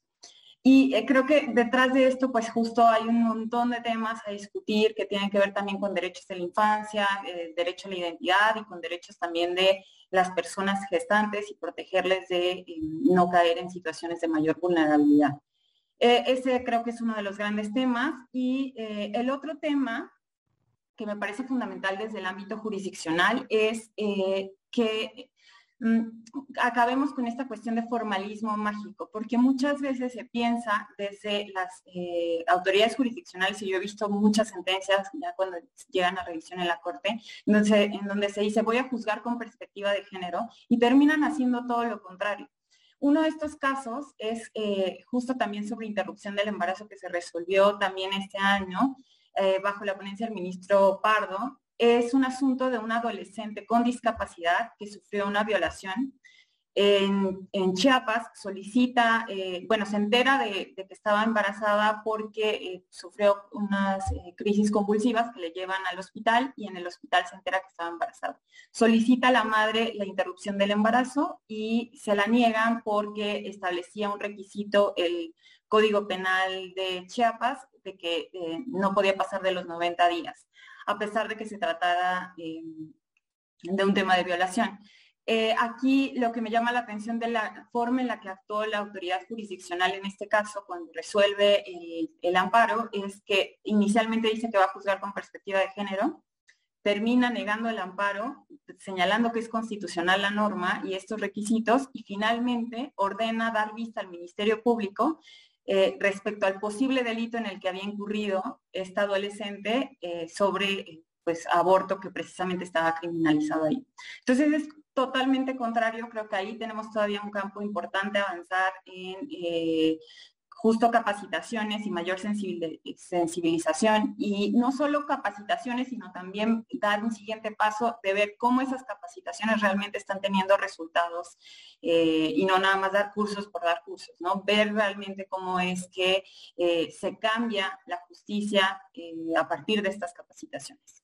D: Y eh, creo que detrás de esto, pues justo hay un montón de temas a discutir que tienen que ver también con derechos de la infancia, eh, derecho a la identidad y con derechos también de las personas gestantes y protegerles de eh, no caer en situaciones de mayor vulnerabilidad. Eh, ese creo que es uno de los grandes temas. Y eh, el otro tema que me parece fundamental desde el ámbito jurisdiccional es eh, que acabemos con esta cuestión de formalismo mágico, porque muchas veces se piensa desde las eh, autoridades jurisdiccionales, y yo he visto muchas sentencias ya cuando llegan a revisión en la Corte, entonces, en donde se dice voy a juzgar con perspectiva de género, y terminan haciendo todo lo contrario. Uno de estos casos es eh, justo también sobre interrupción del embarazo que se resolvió también este año, eh, bajo la ponencia del ministro Pardo. Es un asunto de una adolescente con discapacidad que sufrió una violación en, en Chiapas, solicita, eh, bueno, se entera de, de que estaba embarazada porque eh, sufrió unas eh, crisis convulsivas que le llevan al hospital y en el hospital se entera que estaba embarazada. Solicita a la madre la interrupción del embarazo y se la niegan porque establecía un requisito el Código Penal de Chiapas de que eh, no podía pasar de los noventa días. A pesar de que se tratara eh, de un tema de violación. Eh, aquí lo que me llama la atención de la forma en la que actuó la autoridad jurisdiccional en este caso cuando resuelve el, el amparo es que inicialmente dice que va a juzgar con perspectiva de género, termina negando el amparo, señalando que es constitucional la norma y estos requisitos, y finalmente ordena dar vista al Ministerio Público eh, respecto al posible delito en el que había incurrido esta adolescente eh, sobre pues, aborto que precisamente estaba criminalizado ahí. Entonces es totalmente contrario, creo que ahí tenemos todavía un campo importante a avanzar en eh, justo capacitaciones y mayor sensibilización, y no solo capacitaciones, sino también dar un siguiente paso de ver cómo esas capacitaciones realmente están teniendo resultados eh, y no nada más dar cursos por dar cursos, ¿no? Ver realmente cómo es que eh, se cambia la justicia eh, a partir de estas capacitaciones.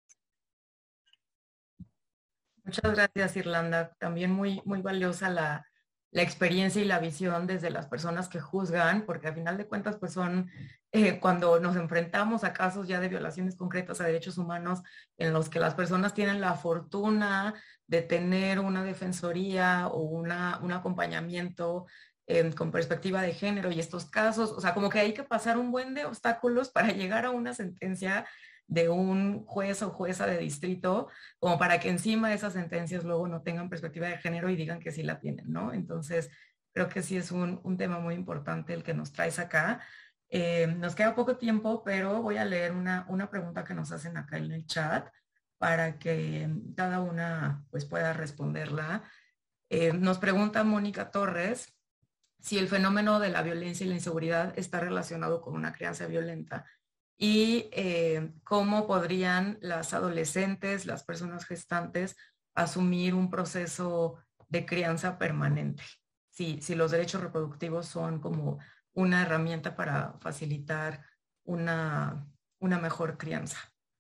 A: Muchas gracias, Irlanda. También muy, muy valiosa la, la experiencia y la visión desde las personas que juzgan, porque al final de cuentas, pues son eh, cuando nos enfrentamos a casos ya de violaciones concretas a derechos humanos en los que las personas tienen la fortuna de tener una defensoría o una, un acompañamiento eh, con perspectiva de género y estos casos, o sea, como que hay que pasar un buen de obstáculos para llegar a una sentencia de un juez o jueza de distrito, como para que encima de esas sentencias luego no tengan perspectiva de género y digan que sí la tienen, ¿no? Entonces, creo que sí es un, un tema muy importante el que nos traes acá. Eh, nos queda poco tiempo, pero voy a leer una, una pregunta que nos hacen acá en el chat para que cada una pues, pueda responderla. Eh, nos pregunta Mónica Torres si el fenómeno de la violencia y la inseguridad está relacionado con una crianza violenta. Y eh, cómo podrían las adolescentes, las personas gestantes, asumir un proceso de crianza permanente. Si, si los derechos reproductivos son como una herramienta para facilitar una, una mejor crianza.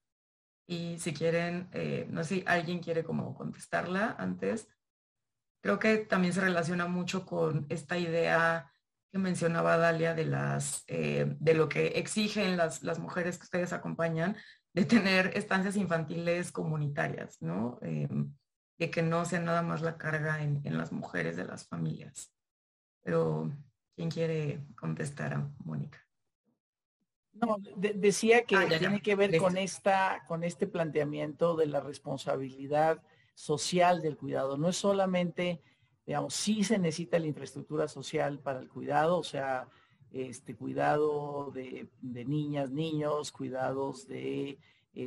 A: Y si quieren, eh, no sé si alguien quiere como contestarla antes. Creo que también se relaciona mucho con esta idea que mencionaba Dalia de, las, eh, de lo que exigen las, las mujeres que ustedes acompañan, de tener estancias infantiles comunitarias, ¿no? Eh, de que no sea nada más la carga en, en las mujeres de las familias. Pero, ¿quién quiere contestar a Mónica?
B: No, de, decía que
A: ah, ya,
B: tiene
A: ya.
B: que ver
A: Listo.
B: con, esta, con este planteamiento de la responsabilidad social del cuidado. No es solamente, digamos, sí se necesita la infraestructura social para el cuidado, o sea, este cuidado de, de niñas, niños, cuidados de,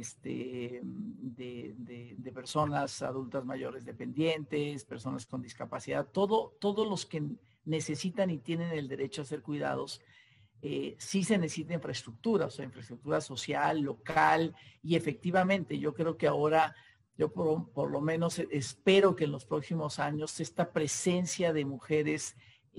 B: este, de, de, de personas adultas mayores dependientes, personas con discapacidad, todo, todos los que necesitan y tienen el derecho a ser cuidados. Eh, sí se necesita infraestructura, o sea, infraestructura social, local, y efectivamente yo creo que ahora, yo por, por lo menos espero que en los próximos años esta presencia de mujeres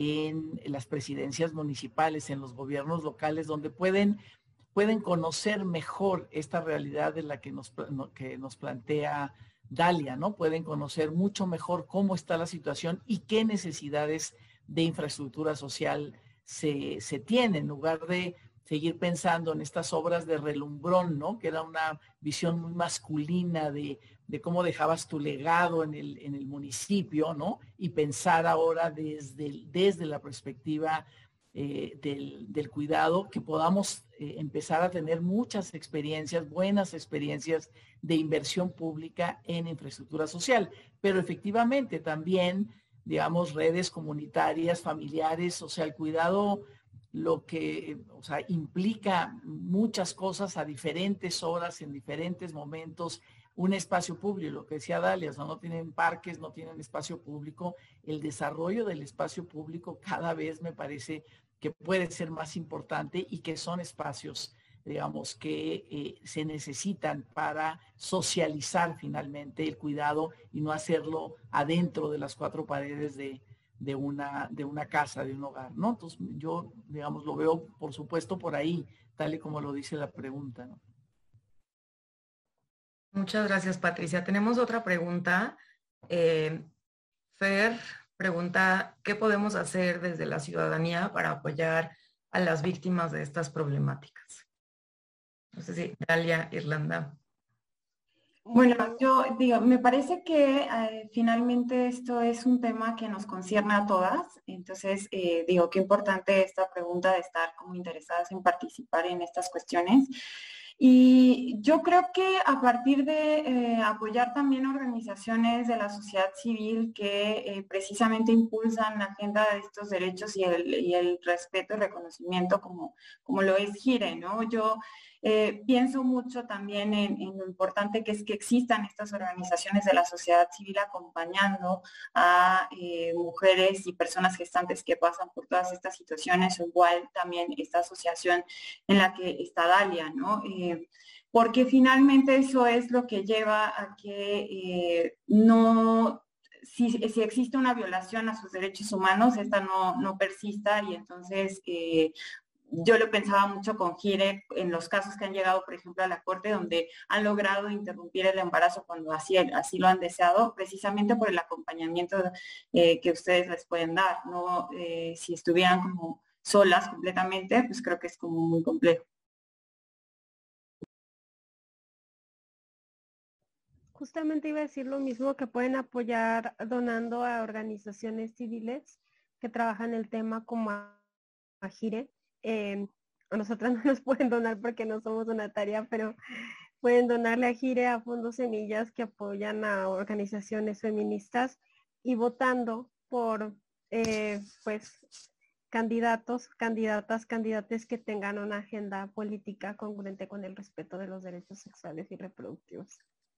B: en las presidencias municipales, en los gobiernos locales, donde pueden, pueden conocer mejor esta realidad de la que nos, que nos plantea Dalia, ¿no? Pueden conocer mucho mejor cómo está la situación y qué necesidades de infraestructura social Se, se tiene, en lugar de seguir pensando en estas obras de relumbrón, ¿no? Que era una visión muy masculina de, de cómo dejabas tu legado en el, en el municipio, ¿no? Y pensar ahora desde, desde la perspectiva eh, del, del cuidado, que podamos eh, empezar a tener muchas experiencias, buenas experiencias de inversión pública en infraestructura social. Pero efectivamente también, digamos, redes comunitarias, familiares, o sea, el cuidado lo que, o sea, implica muchas cosas a diferentes horas, en diferentes momentos, un espacio público, lo que decía Dalia, o sea, no tienen parques, no tienen espacio público, el desarrollo del espacio público cada vez me parece que puede ser más importante y que son espacios, digamos, que eh, se necesitan para socializar finalmente el cuidado y no hacerlo adentro de las cuatro paredes de, de, una, de una casa, de un hogar, ¿no? Entonces yo, digamos, lo veo, por supuesto, por ahí, tal y como lo dice la pregunta, ¿no?
A: Muchas gracias, Patricia. Tenemos otra pregunta. Eh, Fer pregunta, ¿qué podemos hacer desde la ciudadanía para apoyar a las víctimas de estas problemáticas? No sé si Dalia, Irlanda.
D: Bueno, yo digo, me parece que eh, finalmente esto es un tema que nos concierne a todas, entonces eh, digo, qué importante esta pregunta de estar como interesadas en participar en estas cuestiones. Y yo creo que a partir de eh, apoyar también organizaciones de la sociedad civil que eh, precisamente impulsan la agenda de estos derechos y el, y el respeto y reconocimiento como, como lo es GIRE, ¿no? Yo eh, pienso mucho también en, en lo importante que es que existan estas organizaciones de la sociedad civil acompañando a eh, mujeres y personas gestantes que pasan por todas estas situaciones, o igual también esta asociación en la que está Dalia, ¿no? Eh, porque finalmente eso es lo que lleva a que eh, no, si, si existe una violación a sus derechos humanos, esta no, no persista y entonces eh, yo lo pensaba mucho con GIRE en los casos que han llegado, por ejemplo, a la corte, donde han logrado interrumpir el embarazo cuando así, así lo han deseado, precisamente por el acompañamiento eh, que ustedes les pueden dar, ¿no? Eh, si estuvieran como solas completamente, pues creo que es como muy complejo.
C: Justamente iba a decir lo mismo, que pueden apoyar donando a organizaciones civiles que trabajan el tema como a, a GIRE. Eh, a nosotras no nos pueden donar porque no somos donataria, pero pueden donarle a GIRE, a Fondos Semillas, que apoyan a organizaciones feministas, y votando por eh, pues candidatos, candidatas, candidates que tengan una agenda política congruente con el respeto de los derechos sexuales y reproductivos.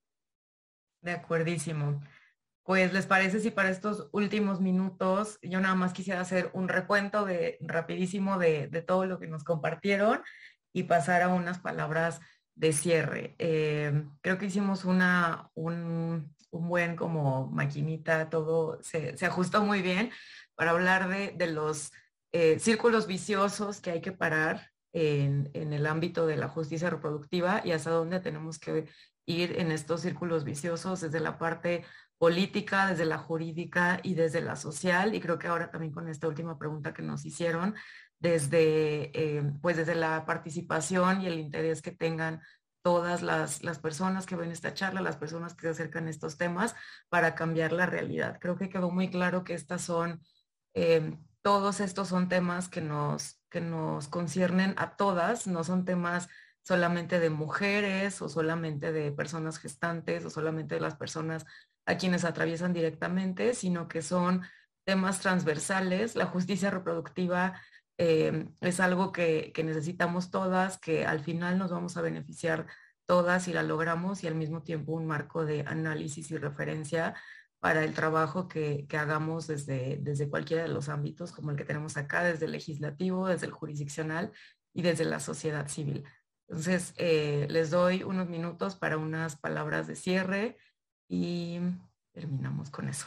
A: De acuerdísimo. Pues, ¿les parece si para estos últimos minutos yo nada más quisiera hacer un recuento de rapidísimo de, de todo lo que nos compartieron y pasar a unas palabras de cierre? Eh, creo que hicimos una, un, un buen como maquinita, todo se, se ajustó muy bien para hablar de, de los eh, círculos viciosos que hay que parar en, en el ámbito de la justicia reproductiva y hasta dónde tenemos que ir en estos círculos viciosos desde la parte política, desde la jurídica y desde la social. Y creo que ahora también con esta última pregunta que nos hicieron, desde, eh, pues desde la participación y el interés que tengan todas las, las personas que ven esta charla, las personas que se acercan a estos temas para cambiar la realidad. Creo que quedó muy claro que estas son, eh, todos estos son temas que nos, que nos conciernen a todas, no son temas solamente de mujeres o solamente de personas gestantes o solamente de las personas a quienes atraviesan directamente, sino que son temas transversales. La justicia reproductiva eh, es algo que, que necesitamos todas, que al final nos vamos a beneficiar todas si la logramos, y al mismo tiempo un marco de análisis y referencia para el trabajo que, que hagamos desde, desde cualquiera de los ámbitos, como el que tenemos acá, desde el legislativo, desde el jurisdiccional y desde la sociedad civil. Entonces, eh, les doy unos minutos para unas palabras de cierre y terminamos con eso.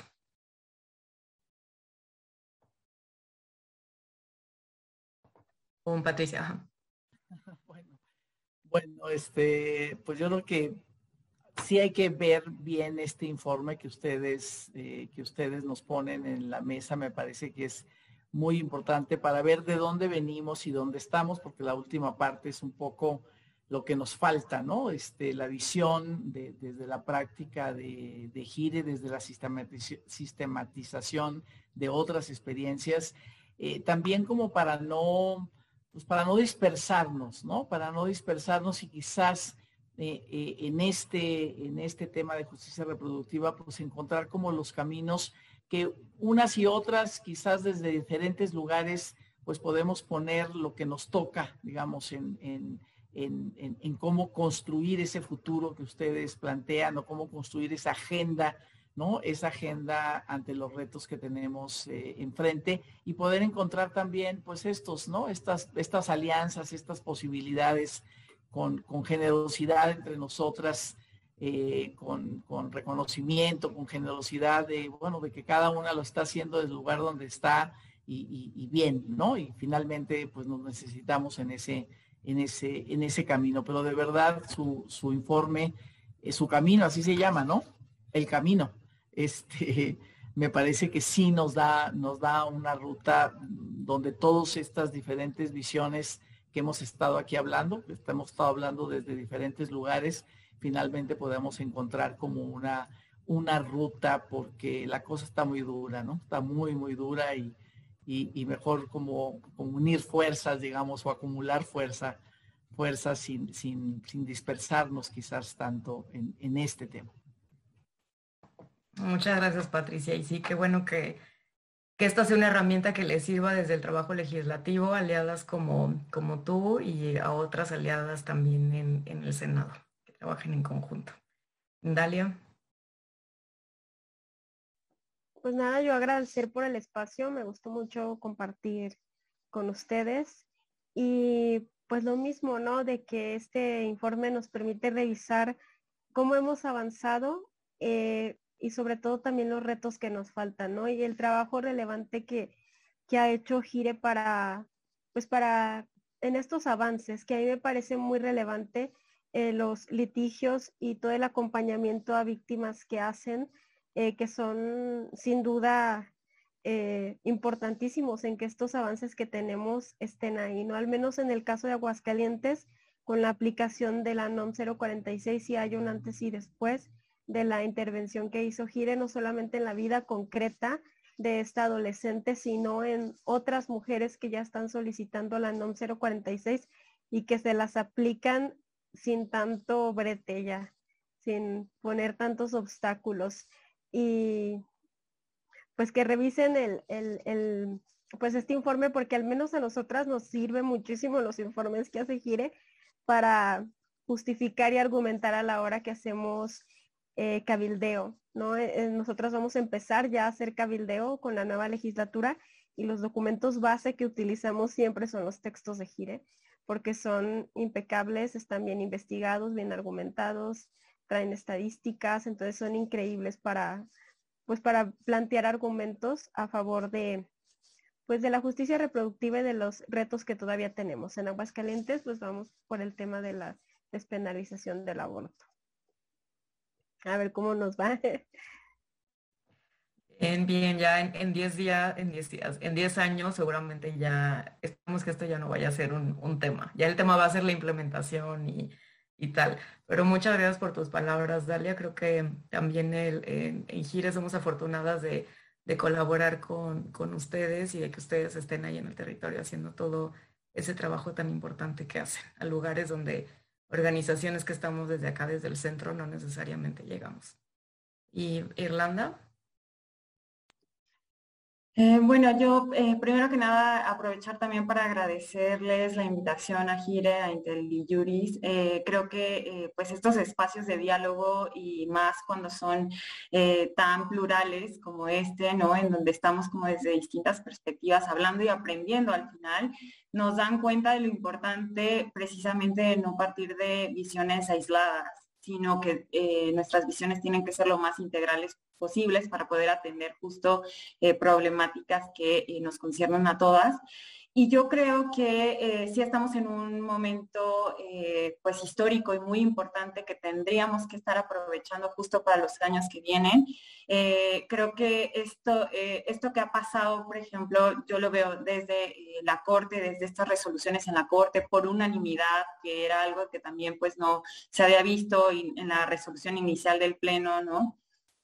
A: Con Patricia.
B: Bueno, bueno, este, pues yo creo que sí hay que ver bien este informe que ustedes, eh, que ustedes nos ponen en la mesa. Me parece que es muy importante para ver de dónde venimos y dónde estamos, porque la última parte es un poco lo que nos falta, ¿no? Este, la visión de, desde la práctica de, de GIRE, desde la sistematiz sistematización de otras experiencias, eh, también como para no, pues para no dispersarnos, ¿no? Para no dispersarnos y quizás eh, eh, en, este, en este tema de justicia reproductiva, pues encontrar como los caminos que unas y otras, quizás desde diferentes lugares, pues podemos poner lo que nos toca, digamos, en, en En, en, en cómo construir ese futuro que ustedes plantean, o cómo construir esa agenda, ¿no? Esa agenda ante los retos que tenemos eh, enfrente, y poder encontrar también, pues, estos, ¿no? Estas, estas alianzas, estas posibilidades con, con generosidad entre nosotras, eh, con, con reconocimiento, con generosidad de, bueno, de que cada una lo está haciendo desde el lugar donde está y, y, y bien, ¿no? Y finalmente, pues, nos necesitamos en ese en ese, en ese camino. Pero de verdad su, su informe, eh, su camino, así se llama, ¿no? El camino. Este, me parece que sí nos da, nos da una ruta donde todas estas diferentes visiones que hemos estado aquí hablando, que hemos estado hablando desde diferentes lugares, finalmente podamos encontrar como una, una ruta, porque la cosa está muy dura, ¿no? Está muy, muy dura y, y, y mejor como, como unir fuerzas, digamos, o acumular fuerza, fuerzas sin, sin, sin dispersarnos quizás tanto en, en este tema.
A: Muchas gracias, Patricia. Y sí, qué bueno que, que esta sea una herramienta que le sirva desde el trabajo legislativo, aliadas como, como tú y a otras aliadas también en, en el Senado, que trabajen en conjunto. Dalia.
C: Pues nada, yo agradecer por el espacio, me gustó mucho compartir con ustedes y pues lo mismo, ¿no? De que este informe nos permite revisar cómo hemos avanzado eh, y sobre todo también los retos que nos faltan, ¿no? Y el trabajo relevante que, que ha hecho Gire para, pues para, en estos avances, que a mí me parece muy relevante eh, los litigios y todo el acompañamiento a víctimas que hacen, eh, que son sin duda eh, importantísimos en que estos avances que tenemos estén ahí, ¿no? Al menos en el caso de Aguascalientes, con la aplicación de la NOM cero cuarenta y seis, sí hay un antes y después de la intervención que hizo Gire, no solamente en la vida concreta de esta adolescente, sino en otras mujeres que ya están solicitando la NOM cero cuarenta y seis y que se las aplican sin tanto brete ya, sin poner tantos obstáculos. Y pues que revisen el, el, el, pues este informe, porque al menos a nosotras nos sirve muchísimo los informes que hace Gire para justificar y argumentar a la hora que hacemos eh, cabildeo, ¿no? Eh, nosotras vamos a empezar ya a hacer cabildeo con la nueva legislatura y los documentos base que utilizamos siempre son los textos de Gire, porque son impecables, están bien investigados, bien argumentados, traen estadísticas, entonces son increíbles para, pues para plantear argumentos a favor de, pues de la justicia reproductiva y de los retos que todavía tenemos. En Aguascalientes, pues vamos por el tema de la despenalización del aborto. A ver cómo nos va.
A: Bien, bien, ya en diez días, en diez días, en diez años seguramente ya esperamos que esto ya no vaya a ser un, un tema. Ya el tema va a ser la implementación y, y tal. Pero muchas gracias por tus palabras, Dalia. Creo que también el, en, en Gire somos afortunadas de, de colaborar con, con ustedes y de que ustedes estén ahí en el territorio haciendo todo ese trabajo tan importante que hacen, a lugares donde organizaciones que estamos desde acá, desde el centro, no necesariamente llegamos. ¿Y Irlanda?
D: Eh, bueno, yo eh, primero que nada aprovechar también para agradecerles la invitación a Gire, a IntelliJuris. Eh, creo que eh, pues estos espacios de diálogo y más cuando son eh, tan plurales como este, ¿no? En donde estamos como desde distintas perspectivas hablando y aprendiendo al final, nos dan cuenta de lo importante precisamente de no partir de visiones aisladas, sino que eh, nuestras visiones tienen que ser lo más integrales posibles para poder atender justo eh, problemáticas que eh, nos conciernen a todas. Y yo creo que eh, sí estamos en un momento eh, pues histórico y muy importante que tendríamos que estar aprovechando justo para los años que vienen. Eh, creo que esto, eh, esto que ha pasado, por ejemplo, yo lo veo desde eh, la Corte, desde estas resoluciones en la Corte por unanimidad, que era algo que también pues no se había visto en la resolución inicial del Pleno, ¿no?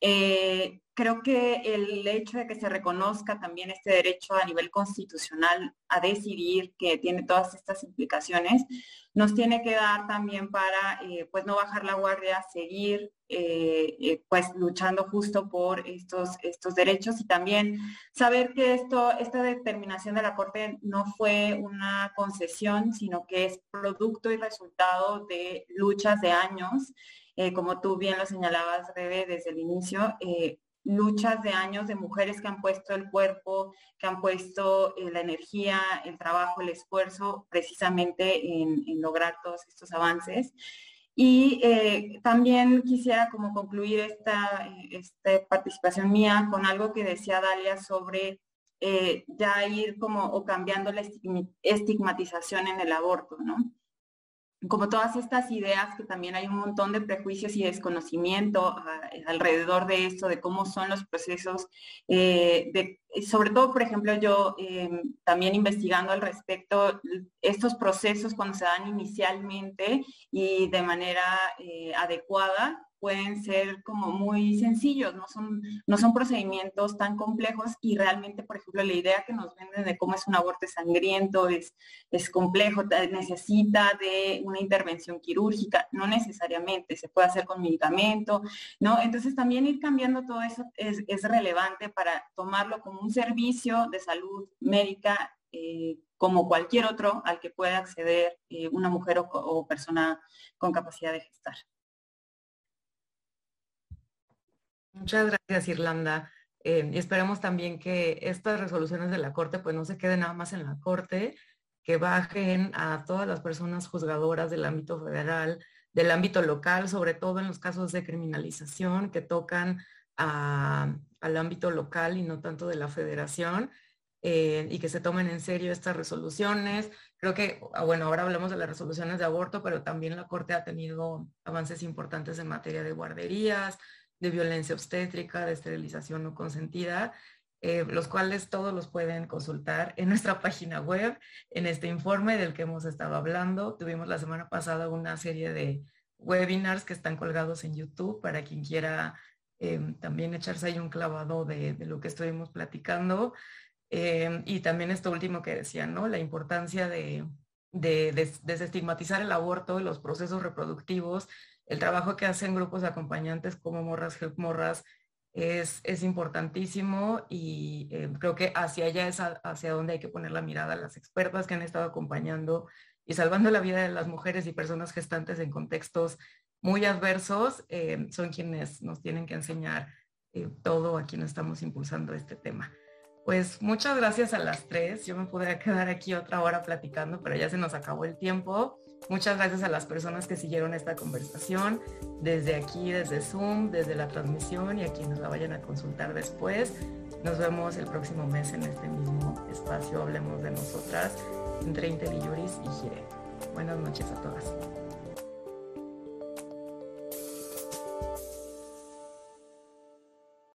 D: Eh, creo que el hecho de que se reconozca también este derecho a nivel constitucional a decidir, que tiene todas estas implicaciones, nos tiene que dar también para eh, pues no bajar la guardia, seguir eh, eh, pues luchando justo por estos, estos derechos y también saber que esto, esta determinación de la Corte no fue una concesión, sino que es producto y resultado de luchas de años. Eh, como tú bien lo señalabas, Rebe, desde el inicio, eh, luchas de años de mujeres que han puesto el cuerpo, que han puesto eh, la energía, el trabajo, el esfuerzo, precisamente en, en lograr todos estos avances. Y eh, también quisiera como concluir esta, esta participación mía con algo que decía Dalia sobre eh, ya ir como o cambiando la estigmatización en el aborto, ¿no? Como todas estas ideas que también hay un montón de prejuicios y desconocimiento a, alrededor de esto, de cómo son los procesos eh, de sobre todo, por ejemplo, yo eh, también investigando al respecto, estos procesos cuando se dan inicialmente y de manera eh, adecuada, pueden ser como muy sencillos, no son, no son procedimientos tan complejos y realmente, por ejemplo, la idea que nos venden de cómo es un aborto sangriento, es, es complejo, necesita de una intervención quirúrgica, no necesariamente, se puede hacer con medicamento, ¿no? Entonces también ir cambiando todo eso es, es relevante para tomarlo como un servicio de salud médica eh, como cualquier otro al que pueda acceder eh, una mujer o, o persona con capacidad de gestar.
A: Muchas gracias, Irlanda. Eh, y esperemos también que estas resoluciones de la Corte pues no se queden nada más en la Corte, que bajen a todas las personas juzgadoras del ámbito federal, del ámbito local, sobre todo en los casos de criminalización que tocan a, al ámbito local y no tanto de la federación, eh, y que se tomen en serio estas resoluciones. Creo que, bueno, ahora hablamos de las resoluciones de aborto, pero también la Corte ha tenido avances importantes en materia de guarderías, de violencia obstétrica, de esterilización no consentida, eh, los cuales todos los pueden consultar en nuestra página web, en este informe del que hemos estado hablando. Tuvimos la semana pasada una serie de webinars que están colgados en YouTube para quien quiera eh, también echarse ahí un clavado de, de lo que estuvimos platicando. Eh, y también esto último que decía, ¿no? La importancia de, de, de desestigmatizar el aborto y los procesos reproductivos. El trabajo que hacen grupos de acompañantes como Morras Help Morras es, es importantísimo y eh, creo que hacia allá es a, hacia donde hay que poner la mirada. Las expertas que han estado acompañando y salvando la vida de las mujeres y personas gestantes en contextos muy adversos eh, son quienes nos tienen que enseñar eh, todo a quienes estamos impulsando este tema. Pues muchas gracias a las tres. Yo me podría quedar aquí otra hora platicando, pero ya se nos acabó el tiempo. Muchas gracias a las personas que siguieron esta conversación desde aquí, desde Zoom, desde la transmisión y a quienes la vayan a consultar después. Nos vemos el próximo mes en este mismo espacio. Hablemos de nosotras entre Intel y Yuris y Gire. Buenas noches a todas.